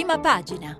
Prima pagina.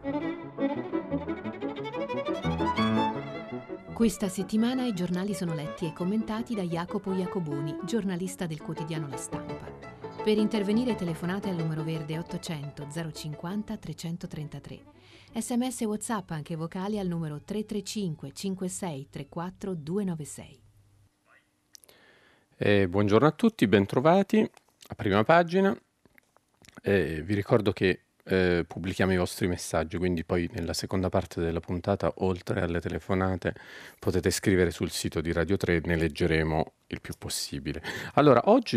Questa settimana i giornali sono letti e commentati da Jacopo Iacoboni, giornalista del quotidiano La Stampa. Per intervenire telefonate al numero verde 800 050 333. SMS e WhatsApp anche vocali al numero 335 56 34 296. Buongiorno a tutti, bentrovati a Prima Pagina. Vi ricordo che pubblichiamo i vostri messaggi, quindi poi nella seconda parte della puntata, oltre alle telefonate, potete scrivere sul sito di Radio 3, ne leggeremo il più possibile. Allora, oggi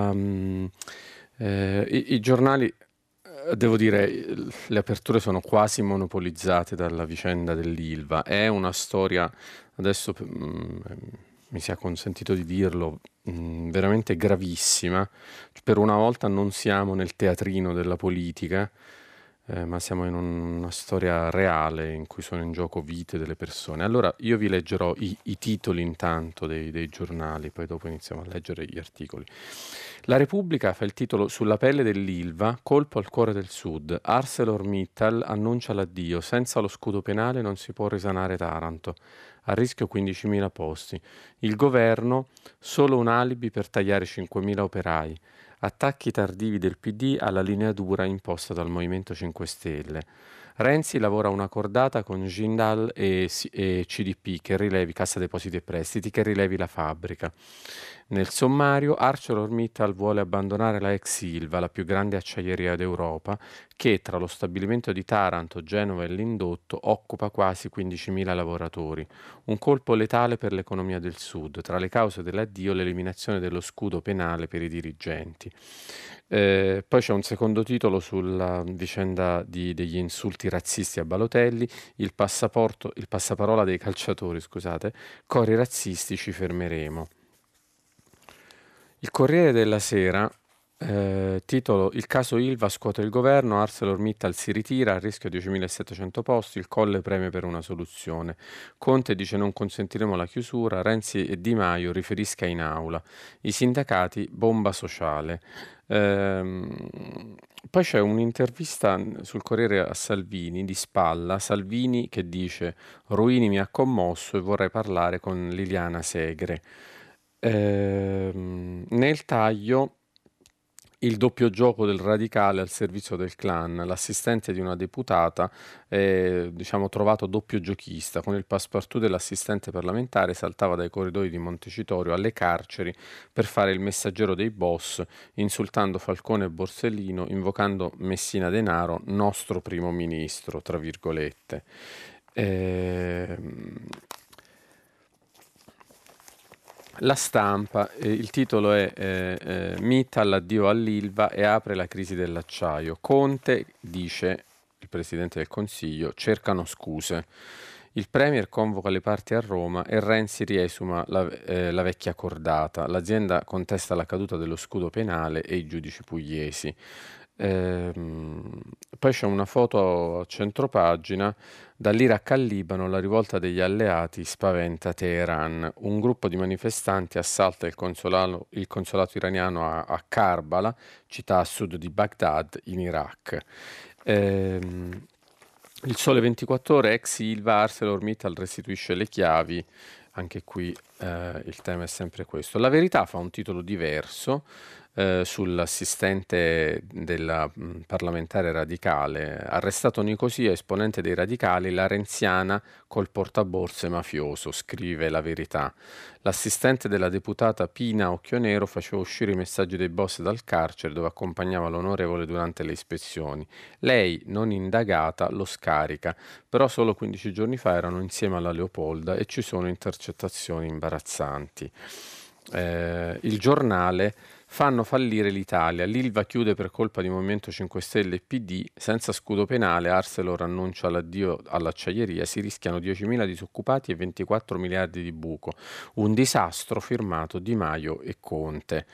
i giornali, devo dire, le aperture sono quasi monopolizzate dalla vicenda dell'Ilva. È una storia, adesso mi sia consentito di dirlo, veramente gravissima. Per una volta non siamo nel teatrino della politica, ma siamo in una storia reale in cui sono in gioco vite delle persone. Allora io vi leggerò i titoli intanto dei giornali, poi dopo iniziamo a leggere gli articoli. La Repubblica fa il titolo "Sulla pelle dell'Ilva, colpo al cuore del Sud. ArcelorMittal annuncia l'addio, senza lo scudo penale non si può risanare Taranto. A rischio 15.000 posti. Il governo, solo un alibi per tagliare 5.000 operai. Attacchi tardivi del PD alla linea dura imposta dal Movimento 5 Stelle. Renzi lavora una cordata con Jindal e CDP, che rilevi Cassa Depositi e Prestiti, che rilevi la fabbrica. Nel sommario, ArcelorMittal vuole abbandonare la ex Ilva, la più grande acciaieria d'Europa, che tra lo stabilimento di Taranto, Genova e l'indotto occupa quasi 15.000 lavoratori. Un colpo letale per l'economia del Sud. Tra le cause dell'addio l'eliminazione dello scudo penale per i dirigenti. Poi c'è un secondo titolo sulla vicenda degli insulti razzisti a Balotelli, il passaparola dei calciatori, scusate, cori razzisti, ci fermeremo. Il Corriere della Sera, titolo "Il caso Ilva scuote il governo, ArcelorMittal si ritira, a rischio 10.700 posti, il Colle preme per una soluzione. Conte dice non consentiremo la chiusura, Renzi e Di Maio riferisca in aula. I sindacati, bomba sociale". Poi c'è un'intervista sul Corriere a Salvini, di spalla, Salvini che dice "Ruini mi ha commosso e vorrei parlare con Liliana Segre". Nel taglio il doppio gioco del radicale al servizio del clan, l'assistente di una deputata diciamo trovato doppio giochista, con il passepartout dell'assistente parlamentare saltava dai corridoi di Montecitorio alle carceri per fare il messaggero dei boss, insultando Falcone e Borsellino, invocando Messina Denaro, nostro primo ministro, tra virgolette. La Stampa, il titolo è "Mittal addio all'Ilva e apre la crisi dell'acciaio. Conte, dice il Presidente del Consiglio, cercano scuse. Il Premier convoca le parti a Roma e Renzi riesuma la vecchia cordata. L'azienda contesta la caduta dello scudo penale e i giudici pugliesi". Poi c'è una foto a centropagina. Dall'Iraq al Libano, la rivolta degli alleati spaventa Teheran. Un gruppo di manifestanti assalta il consolato iraniano a Karbala, città a sud di Baghdad, in Iraq. Il Sole 24 Ore, ex Ilva, ArcelorMittal restituisce le chiavi. Anche qui il tema è sempre questo. La Verità fa un titolo diverso sull'assistente della parlamentare radicale. Arrestato Nicosia, esponente dei radicali, la renziana col portaborse mafioso, scrive La Verità. L'assistente della deputata Pina Occhionero faceva uscire i messaggi dei boss dal carcere dove accompagnava l'onorevole durante le ispezioni. Lei, non indagata, lo scarica, però solo 15 giorni fa erano insieme alla Leopolda e ci sono intercettazioni imbarazzanti. Il Giornale: fanno fallire l'Italia, l'Ilva chiude per colpa di Movimento 5 Stelle e PD, senza scudo penale, Arcelor annuncia l'addio all'acciaieria, si rischiano 10.000 disoccupati e 24 miliardi di buco, un disastro, firmato Di Maio e Conte.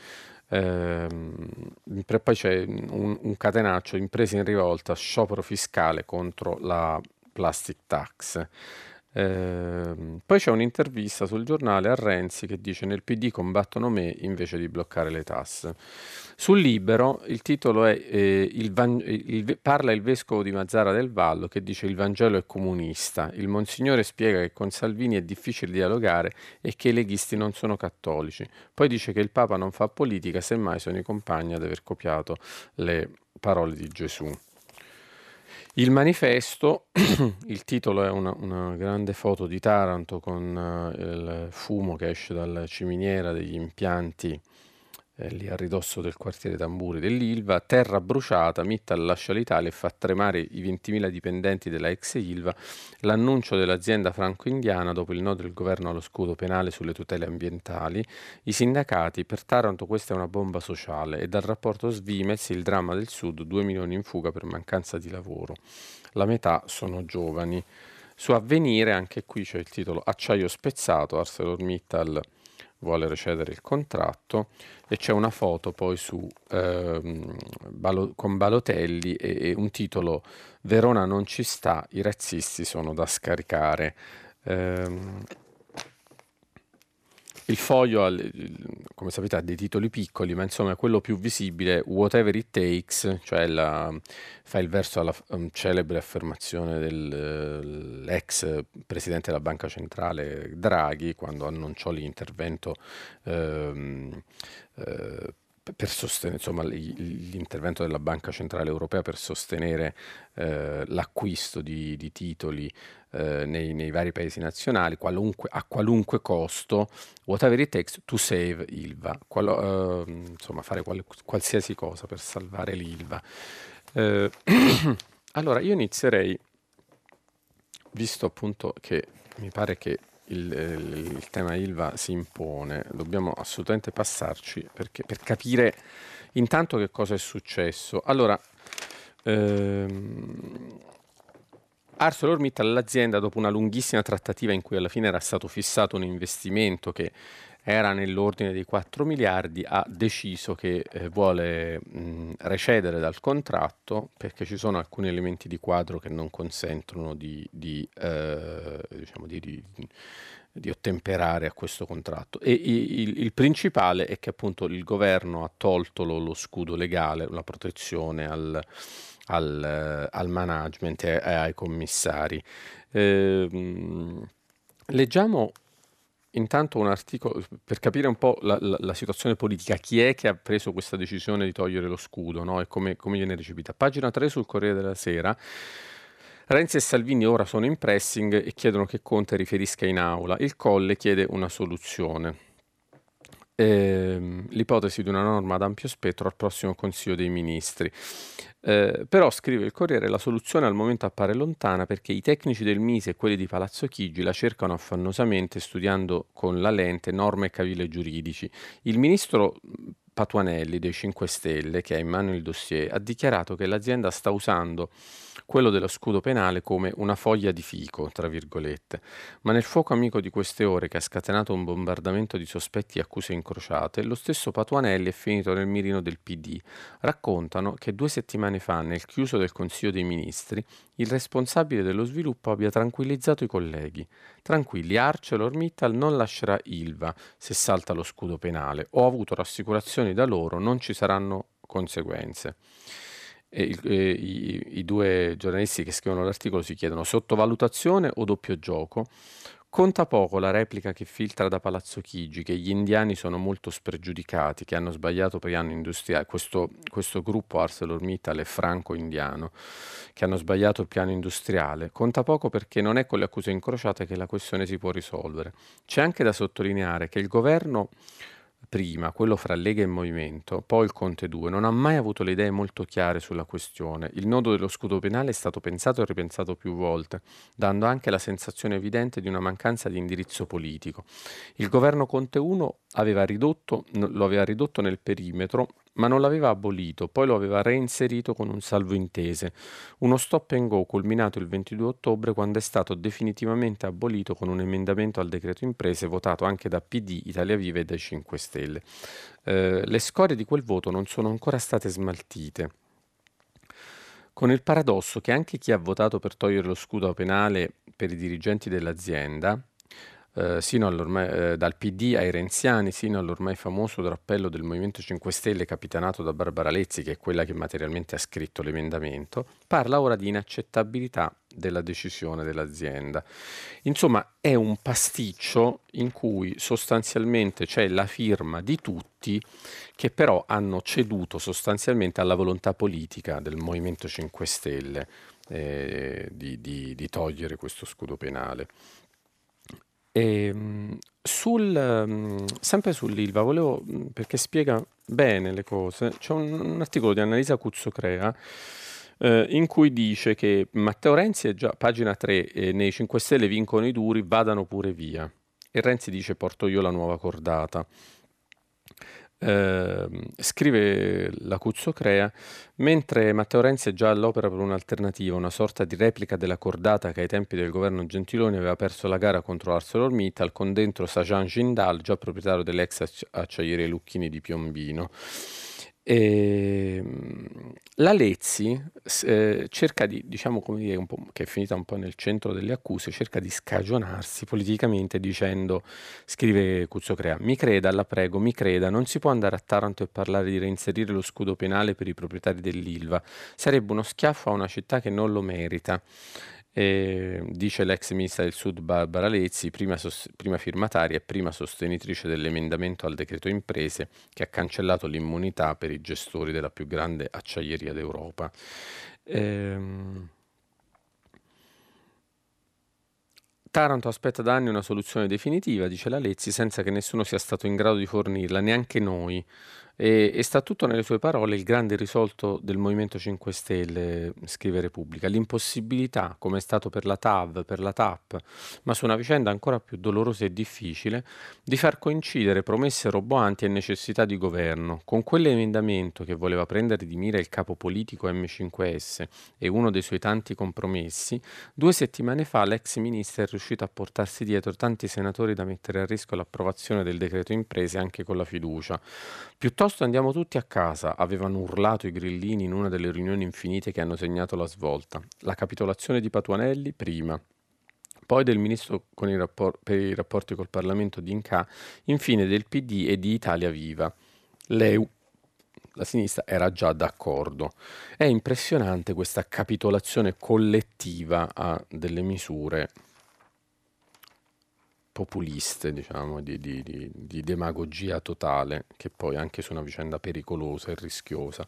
Poi c'è un catenaccio, imprese in rivolta, sciopero fiscale contro la plastic tax. Poi c'è un'intervista sul giornale a Renzi che dice: nel PD combattono me invece di bloccare le tasse. Sul Libero il titolo è parla il vescovo di Mazzara del Vallo che dice: il Vangelo è comunista, il Monsignore spiega che con Salvini è difficile dialogare e che i leghisti non sono cattolici. Poi dice che il Papa non fa politica, semmai sono i compagni ad aver copiato le parole di Gesù. Il manifesto, il titolo è una grande foto di Taranto con il fumo che esce dalla ciminiera degli impianti lì a ridosso del quartiere Tamburi dell'Ilva, terra bruciata, Mittal lascia l'Italia e fa tremare i 20.000 dipendenti della ex Ilva, l'annuncio dell'azienda franco-indiana dopo il no del governo allo scudo penale sulle tutele ambientali, i sindacati, per Taranto questa è una bomba sociale e dal rapporto Svimez il dramma del Sud, 2 milioni in fuga per mancanza di lavoro. La metà sono giovani. Su Avvenire, anche qui c'è il titolo Acciaio spezzato, ArcelorMittal vuole recedere il contratto e c'è una foto poi con Balotelli e un titolo Verona non ci sta, i razzisti sono da scaricare. Il Foglio, come sapete, ha dei titoli piccoli, ma insomma quello più visibile, Whatever It Takes, cioè fa il verso alla celebre affermazione dell'ex presidente della Banca Centrale Draghi, quando annunciò l'intervento per sostenere, insomma, l'intervento della Banca Centrale Europea per sostenere l'acquisto di titoli nei vari paesi nazionali, a qualunque costo, whatever it takes to save Ilva, insomma fare qualsiasi cosa per salvare l'Ilva. Allora io inizierei, visto appunto che mi pare che il tema Ilva si impone, dobbiamo assolutamente passarci per capire intanto che cosa è successo. Allora, ArcelorMittal, l'azienda, dopo una lunghissima trattativa in cui alla fine era stato fissato un investimento che era nell'ordine dei 4 miliardi, ha deciso che vuole recedere dal contratto perché ci sono alcuni elementi di quadro che non consentono di ottemperare a questo contratto. E il principale è che appunto il governo ha tolto lo scudo legale, la protezione al management e ai commissari. Leggiamo intanto un articolo per capire un po' la situazione politica, chi è che ha preso questa decisione di togliere lo scudo, no? E come viene recepita. Pagina 3 sul Corriere della Sera. Renzi e Salvini ora sono in pressing e chiedono che Conte riferisca in aula. Il Colle chiede una soluzione. L'ipotesi di una norma ad ampio spettro al prossimo Consiglio dei Ministri. Però, scrive il Corriere, la soluzione al momento appare lontana perché i tecnici del Mise e quelli di Palazzo Chigi la cercano affannosamente studiando con la lente norme e cavilli giuridici. Il ministro Patuanelli dei 5 Stelle, che ha in mano il dossier, ha dichiarato che l'azienda sta usando quello dello scudo penale come una foglia di fico, tra virgolette. Ma nel fuoco amico di queste ore, che ha scatenato un bombardamento di sospetti e accuse incrociate, lo stesso Patuanelli è finito nel mirino del PD. Raccontano che 2 settimane fa, nel chiuso del Consiglio dei Ministri, il responsabile dello sviluppo abbia tranquillizzato i colleghi. Tranquilli, ArcelorMittal non lascerà Ilva se salta lo scudo penale. Ho avuto rassicurazioni da loro, non ci saranno conseguenze. I 2 giornalisti che scrivono l'articolo si chiedono: sottovalutazione o doppio gioco? Conta poco la replica che filtra da Palazzo Chigi, che gli indiani sono molto spregiudicati, che hanno sbagliato piano industriale. Questo gruppo ArcelorMittal è franco-indiano, che hanno sbagliato il piano industriale. Conta poco perché non è con le accuse incrociate che la questione si può risolvere. C'è anche da sottolineare che il governo prima, quello fra Lega e Movimento, poi il Conte 2, non ha mai avuto le idee molto chiare sulla questione. Il nodo dello scudo penale è stato pensato e ripensato più volte, dando anche la sensazione evidente di una mancanza di indirizzo politico. Il governo Conte 1 lo aveva ridotto nel perimetro, ma non l'aveva abolito, poi lo aveva reinserito con un salvo intese, uno stop and go culminato il 22 ottobre quando è stato definitivamente abolito con un emendamento al decreto imprese votato anche da PD, Italia Viva e dai 5 Stelle. Le scorie di quel voto non sono ancora state smaltite. con il paradosso che anche chi ha votato per togliere lo scudo penale per i dirigenti dell'azienda, dal PD ai renziani, sino all'ormai famoso drappello del Movimento 5 Stelle capitanato da Barbara Lezzi, che è quella che materialmente ha scritto l'emendamento, parla ora di inaccettabilità della decisione dell'azienda. Insomma, è un pasticcio in cui sostanzialmente c'è la firma di tutti che però hanno ceduto sostanzialmente alla volontà politica del Movimento 5 Stelle di togliere questo scudo penale. Sempre sull'Ilva, perché spiega bene le cose, c'è un articolo di Annalisa Cuzzocrea in cui dice che Matteo Renzi è già, pagina 3, nei 5 Stelle vincono i duri, vadano pure via. E Renzi dice porto io la nuova cordata. Scrive la Cuzzocrea, mentre Matteo Renzi è già all'opera per un'alternativa, una sorta di replica della cordata che ai tempi del governo Gentiloni aveva perso la gara contro ArcelorMittal, con dentro Sajan Jindal, già proprietario dell'ex acciaieria Lucchini di Piombino. La Lezzi cerca di, diciamo come dire, un po', che è finita un po' nel centro delle accuse, cerca di scagionarsi politicamente dicendo, scrive Cuzzocrea, mi creda, la prego, mi creda, non si può andare a Taranto e parlare di reinserire lo scudo penale per i proprietari dell'Ilva, sarebbe uno schiaffo a una città che non lo merita. Dice l'ex ministra del Sud Barbara Lezzi, prima firmataria e prima sostenitrice dell'emendamento al decreto imprese che ha cancellato l'immunità per i gestori della più grande acciaieria d'Europa. Taranto aspetta da anni una soluzione definitiva, dice la Lezzi, senza che nessuno sia stato in grado di fornirla, neanche noi. E sta tutto nelle sue parole il grande risolto del Movimento 5 Stelle, scrive Repubblica, l'impossibilità, come è stato per la TAV, per la TAP, ma su una vicenda ancora più dolorosa e difficile, di far coincidere promesse roboanti e necessità di governo, con quell'emendamento che voleva prendere di mira il capo politico M5S e uno dei suoi tanti compromessi. 2 settimane fa l'ex ministro è riuscito a portarsi dietro tanti senatori da mettere a rischio l'approvazione del decreto imprese anche con la fiducia. Piuttosto andiamo tutti a casa, avevano urlato i grillini in una delle riunioni infinite che hanno segnato la svolta. La capitolazione di Patuanelli prima, poi del ministro per i rapporti col Parlamento D'Incà, infine del PD e di Italia Viva. L'EU, la sinistra, era già d'accordo. È impressionante questa capitolazione collettiva a delle misure populiste, diciamo, di demagogia totale, che poi anche su una vicenda pericolosa e rischiosa.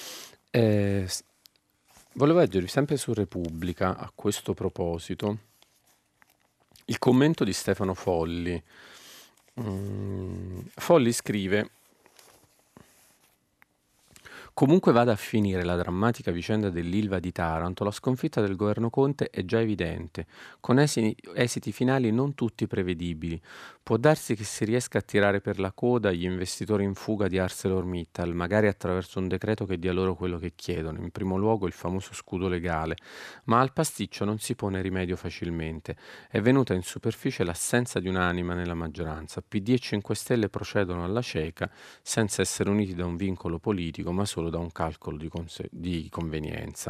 Volevo leggervi sempre su Repubblica, a questo proposito, il commento di Stefano Folli. Folli scrive: comunque vada a finire la drammatica vicenda dell'Ilva di Taranto, la sconfitta del governo Conte è già evidente, con esiti finali non tutti prevedibili. Può darsi che si riesca a tirare per la coda gli investitori in fuga di ArcelorMittal, magari attraverso un decreto che dia loro quello che chiedono, in primo luogo il famoso scudo legale, ma al pasticcio non si pone rimedio facilmente. È venuta in superficie l'assenza di un'anima nella maggioranza. PD e 5 Stelle procedono alla cieca, senza essere uniti da un vincolo politico, ma solo da un calcolo di convenienza.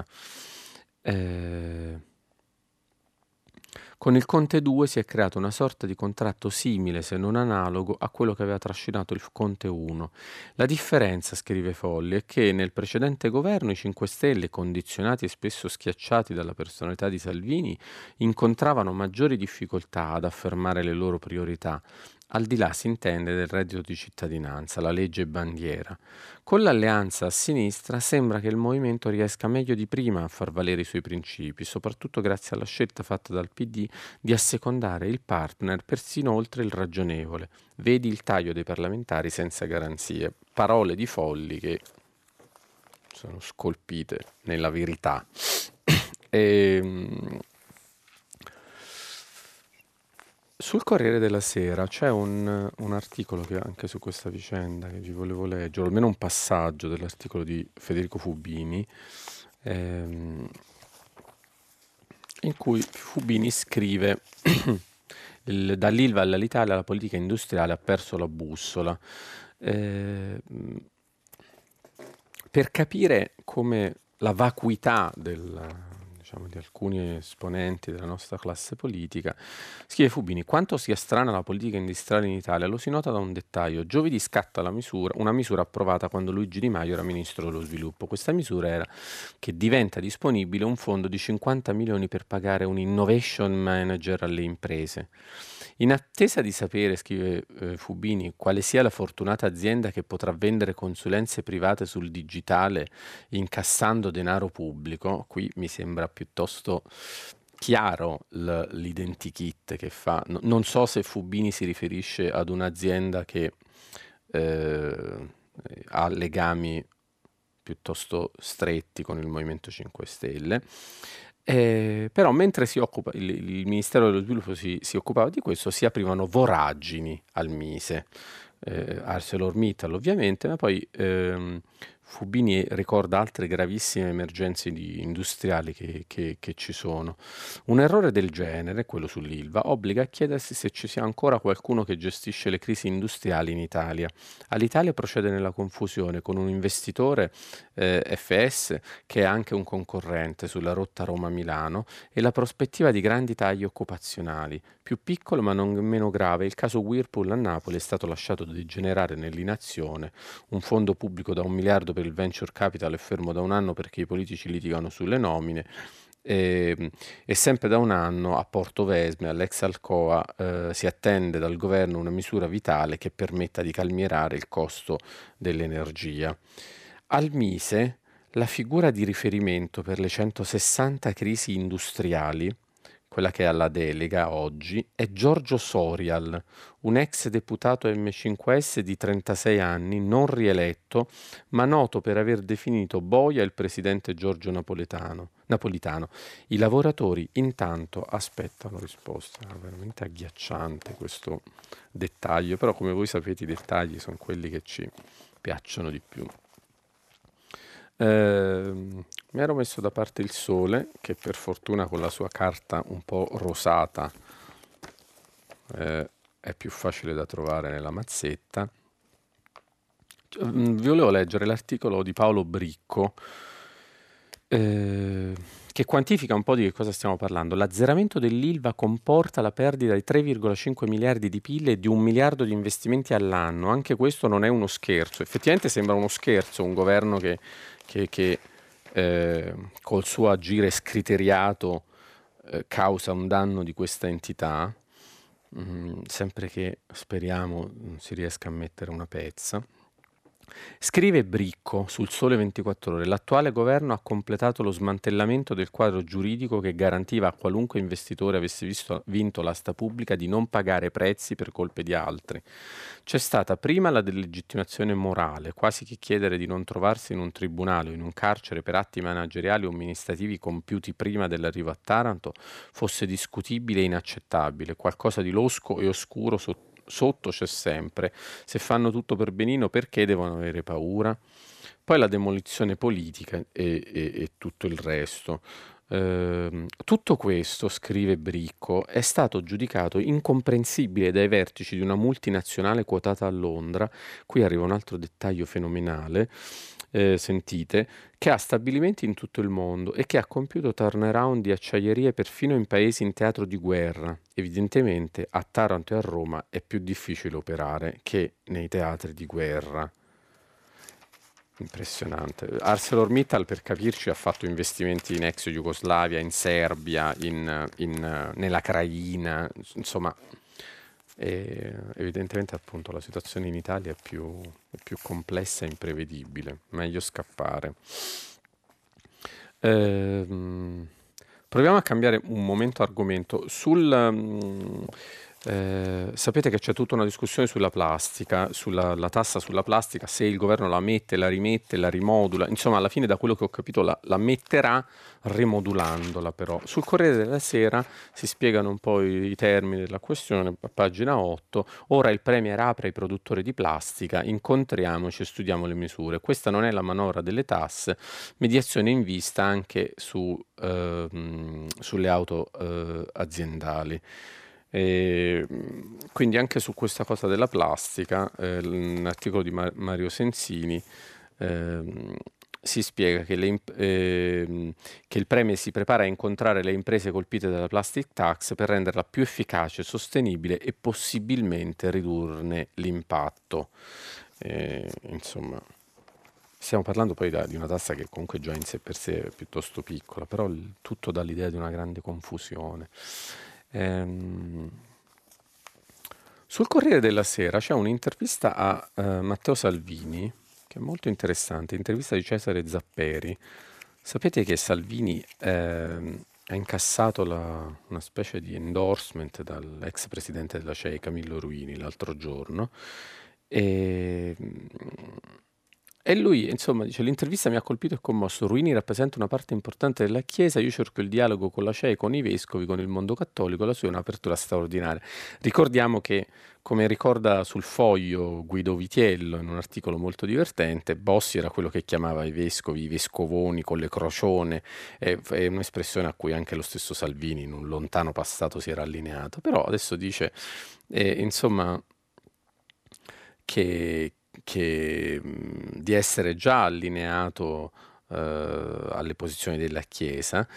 Con il Conte 2 si è creato una sorta di contratto simile, se non analogo, a quello che aveva trascinato il Conte 1. La differenza, scrive Folli, è che nel precedente governo i 5 Stelle, condizionati e spesso schiacciati dalla personalità di Salvini, incontravano maggiori difficoltà ad affermare le loro priorità. Al di là, si intende, del reddito di cittadinanza, la legge bandiera. Con l'alleanza a sinistra sembra che il movimento riesca meglio di prima a far valere i suoi principi, soprattutto grazie alla scelta fatta dal PD di assecondare il partner persino oltre il ragionevole. Vedi il taglio dei parlamentari senza garanzie. Parole di Folli che sono scolpite nella verità. Sul Corriere della Sera c'è un articolo che anche su questa vicenda che vi volevo leggere, o almeno un passaggio dell'articolo di Federico Fubini, in cui Fubini scrive dall'Ilva all'Italia la politica industriale ha perso la bussola. Per capire come la vacuità diciamo, di alcuni esponenti della nostra classe politica. Scrive Fubini: quanto sia strana la politica industriale in Italia lo si nota da un dettaglio. Giovedì scatta una misura approvata quando Luigi Di Maio era ministro dello sviluppo. Questa misura era che diventa disponibile un fondo di 50 milioni per pagare un innovation manager alle imprese. In attesa di sapere, scrive Fubini, quale sia la fortunata azienda che potrà vendere consulenze private sul digitale incassando denaro pubblico, qui mi sembra piuttosto chiaro l'identikit che fa. Non so se Fubini si riferisce ad un'azienda che ha legami piuttosto stretti con il Movimento 5 Stelle. Però mentre il Ministero dello Sviluppo si occupava di questo, si aprivano voragini al Mise, ArcelorMittal ovviamente, ma poi Fubini ricorda altre gravissime emergenze industriali che ci sono. Un errore del genere, quello sull'Ilva, obbliga a chiedersi se ci sia ancora qualcuno che gestisce le crisi industriali in Italia. All'Italia procede nella confusione con un investitore, FS, che è anche un concorrente sulla rotta Roma-Milano, e la prospettiva di grandi tagli occupazionali. Più piccolo ma non meno grave, il caso Whirlpool a Napoli è stato lasciato degenerare nell'inazione. Un fondo pubblico da 1 miliardo per il venture capital è fermo da un anno perché i politici litigano sulle nomine. E sempre da un anno a Portovesme, all'ex Alcoa, si attende dal governo una misura vitale che permetta di calmierare il costo dell'energia. Al Mise, la figura di riferimento per le 160 crisi industriali, quella che ha la delega oggi, è Giorgio Sorial, un ex deputato M5S di 36 anni, non rieletto, ma noto per aver definito boia il presidente Giorgio Napolitano. I lavoratori intanto aspettano risposta. È veramente agghiacciante questo dettaglio, però come voi sapete i dettagli sono quelli che ci piacciono di più. Mi ero messo da parte il Sole, che per fortuna con la sua carta un po' rosata è più facile da trovare nella mazzetta. Vi volevo leggere l'articolo di Paolo Bricco, che quantifica un po' di che cosa stiamo parlando. L'azzeramento dell'Ilva comporta la perdita di 3,5 miliardi di PIL e di 1 miliardo di investimenti all'anno. Anche questo non è uno scherzo. Effettivamente sembra uno scherzo un governo che col suo agire scriteriato causa un danno di questa entità, sempre che speriamo si riesca a mettere una pezza. Scrive Bricco sul Sole 24 Ore: l'attuale governo ha completato lo smantellamento del quadro giuridico che garantiva a qualunque investitore avesse vinto l'asta pubblica di non pagare prezzi per colpe di altri. C'è stata prima la delegittimazione morale, quasi che chiedere di non trovarsi in un tribunale o in un carcere per atti manageriali o amministrativi compiuti prima dell'arrivo a Taranto fosse discutibile e inaccettabile. Qualcosa di losco e oscuro sotto c'è sempre. Se fanno tutto per benino, perché devono avere paura? Poi la demolizione politica e tutto il resto. Tutto questo, scrive Bricco, è stato giudicato incomprensibile dai vertici di una multinazionale quotata a Londra. Qui arriva un altro dettaglio fenomenale. Sentite, che ha stabilimenti in tutto il mondo e che ha compiuto turnaround di acciaierie perfino in paesi in teatro di guerra. Evidentemente a Taranto e a Roma è più difficile operare che nei teatri di guerra. Impressionante. ArcelorMittal, per capirci, ha fatto investimenti in ex Jugoslavia, in Serbia, nella Craina, insomma. Evidentemente appunto la situazione in Italia è più complessa e imprevedibile, meglio scappare. Proviamo a cambiare un momento argomento. Sapete che c'è tutta una discussione sulla plastica, sulla tassa sulla plastica, se il governo la mette, la rimette, la rimodula, insomma alla fine da quello che ho capito la metterà rimodulandola però. Sul Corriere della Sera si spiegano un po' i termini della questione, a pagina 8, ora il Premier apre ai produttori di plastica, incontriamoci e studiamo le misure. Questa non è la manovra delle tasse, mediazione in vista anche sulle auto aziendali. Quindi anche su questa cosa della plastica, l'articolo di Mario Sensini si spiega che, che il Premier si prepara a incontrare le imprese colpite dalla plastic tax per renderla più efficace, sostenibile e possibilmente ridurne l'impatto. Insomma, stiamo parlando poi di una tassa che comunque già in sé per sé è piuttosto piccola, però tutto dà l'idea di una grande confusione. Sul Corriere della Sera c'è un'intervista a Matteo Salvini, che è molto interessante, intervista di Cesare Zapperi. Sapete che Salvini ha incassato una specie di endorsement dall'ex presidente della CEI, Camillo Ruini, l'altro giorno, e lui, insomma, dice: l'intervista mi ha colpito e commosso. Ruini rappresenta una parte importante della Chiesa. Io cerco il dialogo con la CEI, con i vescovi, con il mondo cattolico. La sua è un'apertura straordinaria. Ricordiamo che, come ricorda sul Foglio Guido Vitiello in un articolo molto divertente, Bossi era quello che chiamava i vescovi, i vescovoni con le crocione. È un'espressione a cui anche lo stesso Salvini in un lontano passato si era allineato. Però adesso dice, insomma, che di essere già allineato alle posizioni della Chiesa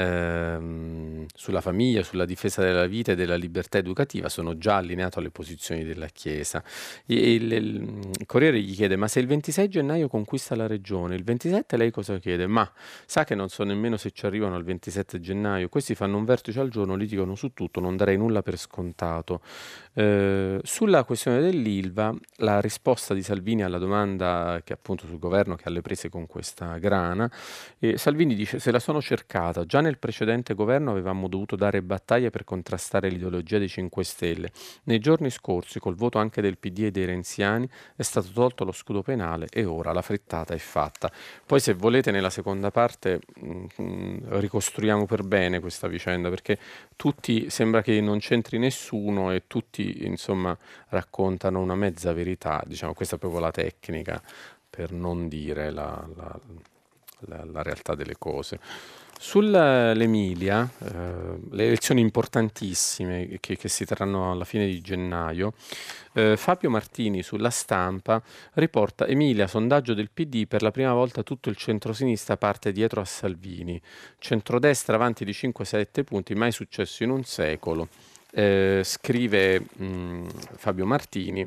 sulla famiglia, sulla difesa della vita e della libertà educativa, sono già allineato alle posizioni della Chiesa. Il Corriere gli chiede: ma se il 26 gennaio conquista la regione, il 27 lei cosa chiede? Ma sa che non so nemmeno se ci arrivano al 27 gennaio, questi fanno un vertice al giorno, litigano su tutto, non darei nulla per scontato. Sulla questione dell'Ilva, la risposta di Salvini alla domanda che appunto sul governo che ha le prese con questa grana, Salvini dice: se la sono cercata, già nel precedente governo avevamo dovuto dare battaglia per contrastare l'ideologia dei 5 Stelle. Nei giorni scorsi, col voto anche del PD e dei renziani, è stato tolto lo scudo penale e ora la frittata è fatta. Poi se volete nella seconda parte ricostruiamo per bene questa vicenda, perché tutti sembra che non c'entri nessuno e tutti insomma raccontano una mezza verità, diciamo. Questa è proprio la tecnica per non dire la realtà delle cose. Sull'Emilia, le elezioni importantissime che si terranno alla fine di gennaio, Fabio Martini sulla Stampa riporta: Emilia, sondaggio del PD, per la prima volta tutto il centrosinistra parte dietro a Salvini, centrodestra avanti di 5-7 punti, mai successo in un secolo. Scrive Fabio Martini.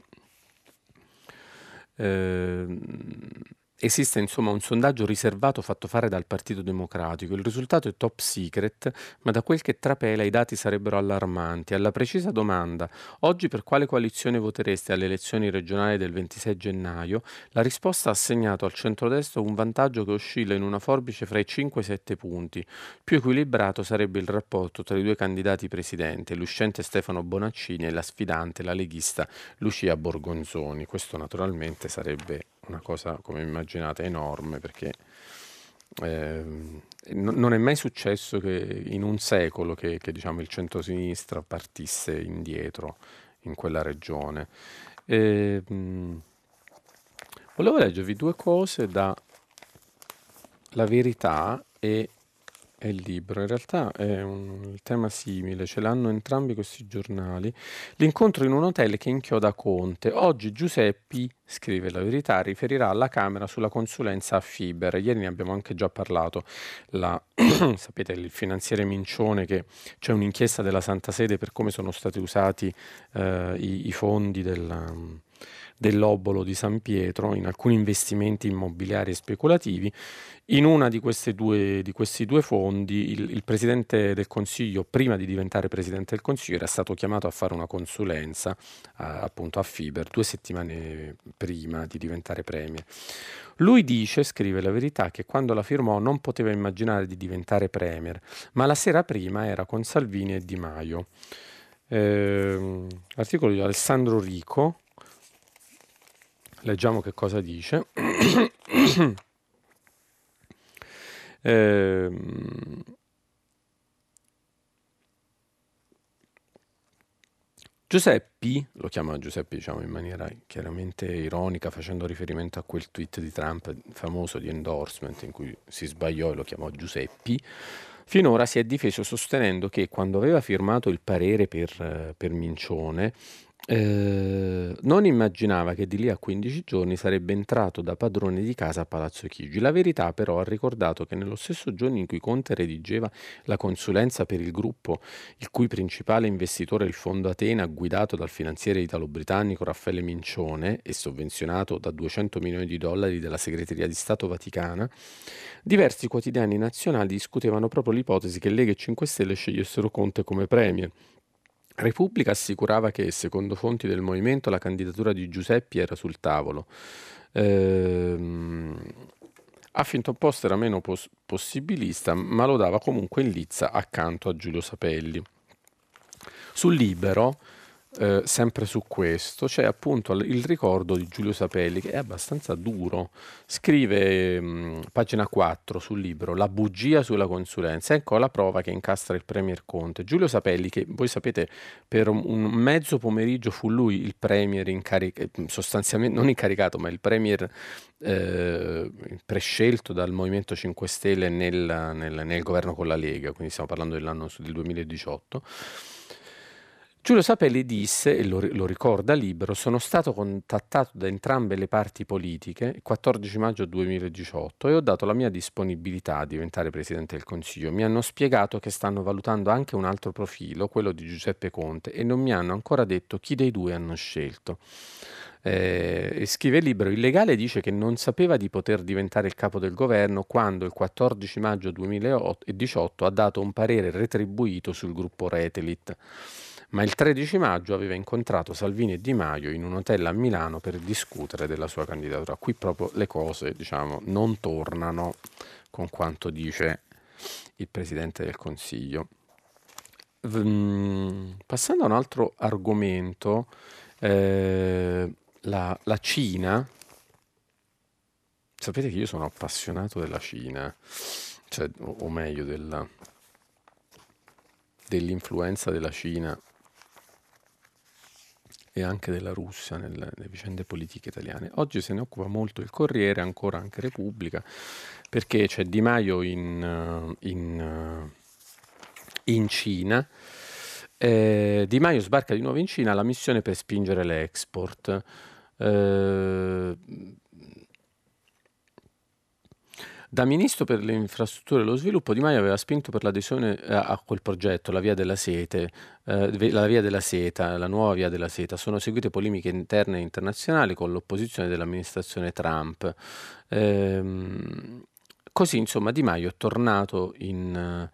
Esiste insomma un sondaggio riservato fatto fare dal Partito Democratico. Il risultato è top secret, ma da quel che trapela i dati sarebbero allarmanti. Alla precisa domanda: oggi per quale coalizione votereste alle elezioni regionali del 26 gennaio? La risposta ha assegnato al centrodestra un vantaggio che oscilla in una forbice fra i 5 e i 7 punti. Più equilibrato sarebbe il rapporto tra i due candidati presidente, l'uscente Stefano Bonaccini e la sfidante, la leghista Lucia Borgonzoni. Questo naturalmente sarebbe una cosa, come immaginate, enorme, perché non è mai successo che in un secolo che diciamo il centrosinistra partisse indietro in quella regione. Volevo leggervi due cose da La Verità e il libro. In realtà è un tema simile, ce l'hanno entrambi questi giornali. L'incontro in un hotel che inchioda Conte. Oggi Giuseppi, scrive La Verità, riferirà alla Camera sulla consulenza a Fiber. Ieri ne abbiamo anche già parlato. Sapete, il finanziere Mincione, che c'è un'inchiesta della Santa Sede per come sono stati usati i fondi dell'obolo di San Pietro in alcuni investimenti immobiliari e speculativi. In una di questi due fondi il Presidente del Consiglio, prima di diventare Presidente del Consiglio, era stato chiamato a fare una consulenza appunto a Fiber 2 settimane prima di diventare Premier. Lui dice, scrive La Verità, che quando la firmò non poteva immaginare di diventare Premier, ma la sera prima era con Salvini e Di Maio. Articolo di Alessandro Rico. Leggiamo che cosa dice. Giuseppi, lo chiama Giuseppi diciamo in maniera chiaramente ironica, facendo riferimento a quel tweet di Trump famoso di endorsement in cui si sbagliò e lo chiamò Giuseppi, finora si è difeso sostenendo che quando aveva firmato il parere per Mincione Non immaginava che di lì a 15 giorni sarebbe entrato da padrone di casa a Palazzo Chigi. La Verità però ha ricordato che nello stesso giorno in cui Conte redigeva la consulenza per il gruppo, il cui principale investitore è il Fondo Atena, guidato dal finanziere italo-britannico Raffaele Mincione e sovvenzionato da 200 milioni di dollari della Segreteria di Stato Vaticana, diversi quotidiani nazionali discutevano proprio l'ipotesi che Lega e 5 Stelle scegliessero Conte come premier. Repubblica assicurava che, secondo fonti del movimento, la candidatura di Giuseppi era sul tavolo. Ehm, Huffington Post era meno possibilista, ma lo dava comunque in lizza accanto a Giulio Sapelli. Sul Libero, sempre su questo, c'è appunto il ricordo di Giulio Sapelli, che è abbastanza duro. Scrive, pagina 4 sul Libero, la bugia sulla consulenza. Ecco la prova che incastra il premier Conte. Giulio Sapelli, che voi sapete, per un mezzo pomeriggio fu lui il premier sostanzialmente non incaricato, ma il premier prescelto dal Movimento 5 Stelle nel governo con la Lega, quindi stiamo parlando del 2018. Giulio Sapelli disse, e lo ricorda Libero, sono stato contattato da entrambe le parti politiche il 14 maggio 2018 e ho dato la mia disponibilità a diventare Presidente del Consiglio. Mi hanno spiegato che stanno valutando anche un altro profilo, quello di Giuseppe Conte, e non mi hanno ancora detto chi dei due hanno scelto. E scrive Libero, il legale dice che non sapeva di poter diventare il capo del governo quando il 14 maggio 2018 ha dato un parere retribuito sul gruppo Retelit, ma il 13 maggio aveva incontrato Salvini e Di Maio in un hotel a Milano per discutere della sua candidatura. Qui proprio le cose, diciamo, non tornano con quanto dice il Presidente del Consiglio. Passando a un altro argomento, la Cina. Sapete che io sono appassionato della Cina, cioè, o meglio dell'influenza della Cina e anche della Russia nelle vicende politiche italiane. Oggi se ne occupa molto il Corriere, ancora anche Repubblica, perché c'è Di Maio in Cina. Di Maio sbarca di nuovo in Cina, la missione per spingere l'export. Da ministro per le infrastrutture e lo sviluppo, Di Maio aveva spinto per l'adesione a quel progetto, la Via della Seta, la nuova Via della Seta. Sono seguite polemiche interne e internazionali con l'opposizione dell'amministrazione Trump. Così, insomma, Di Maio è tornato in...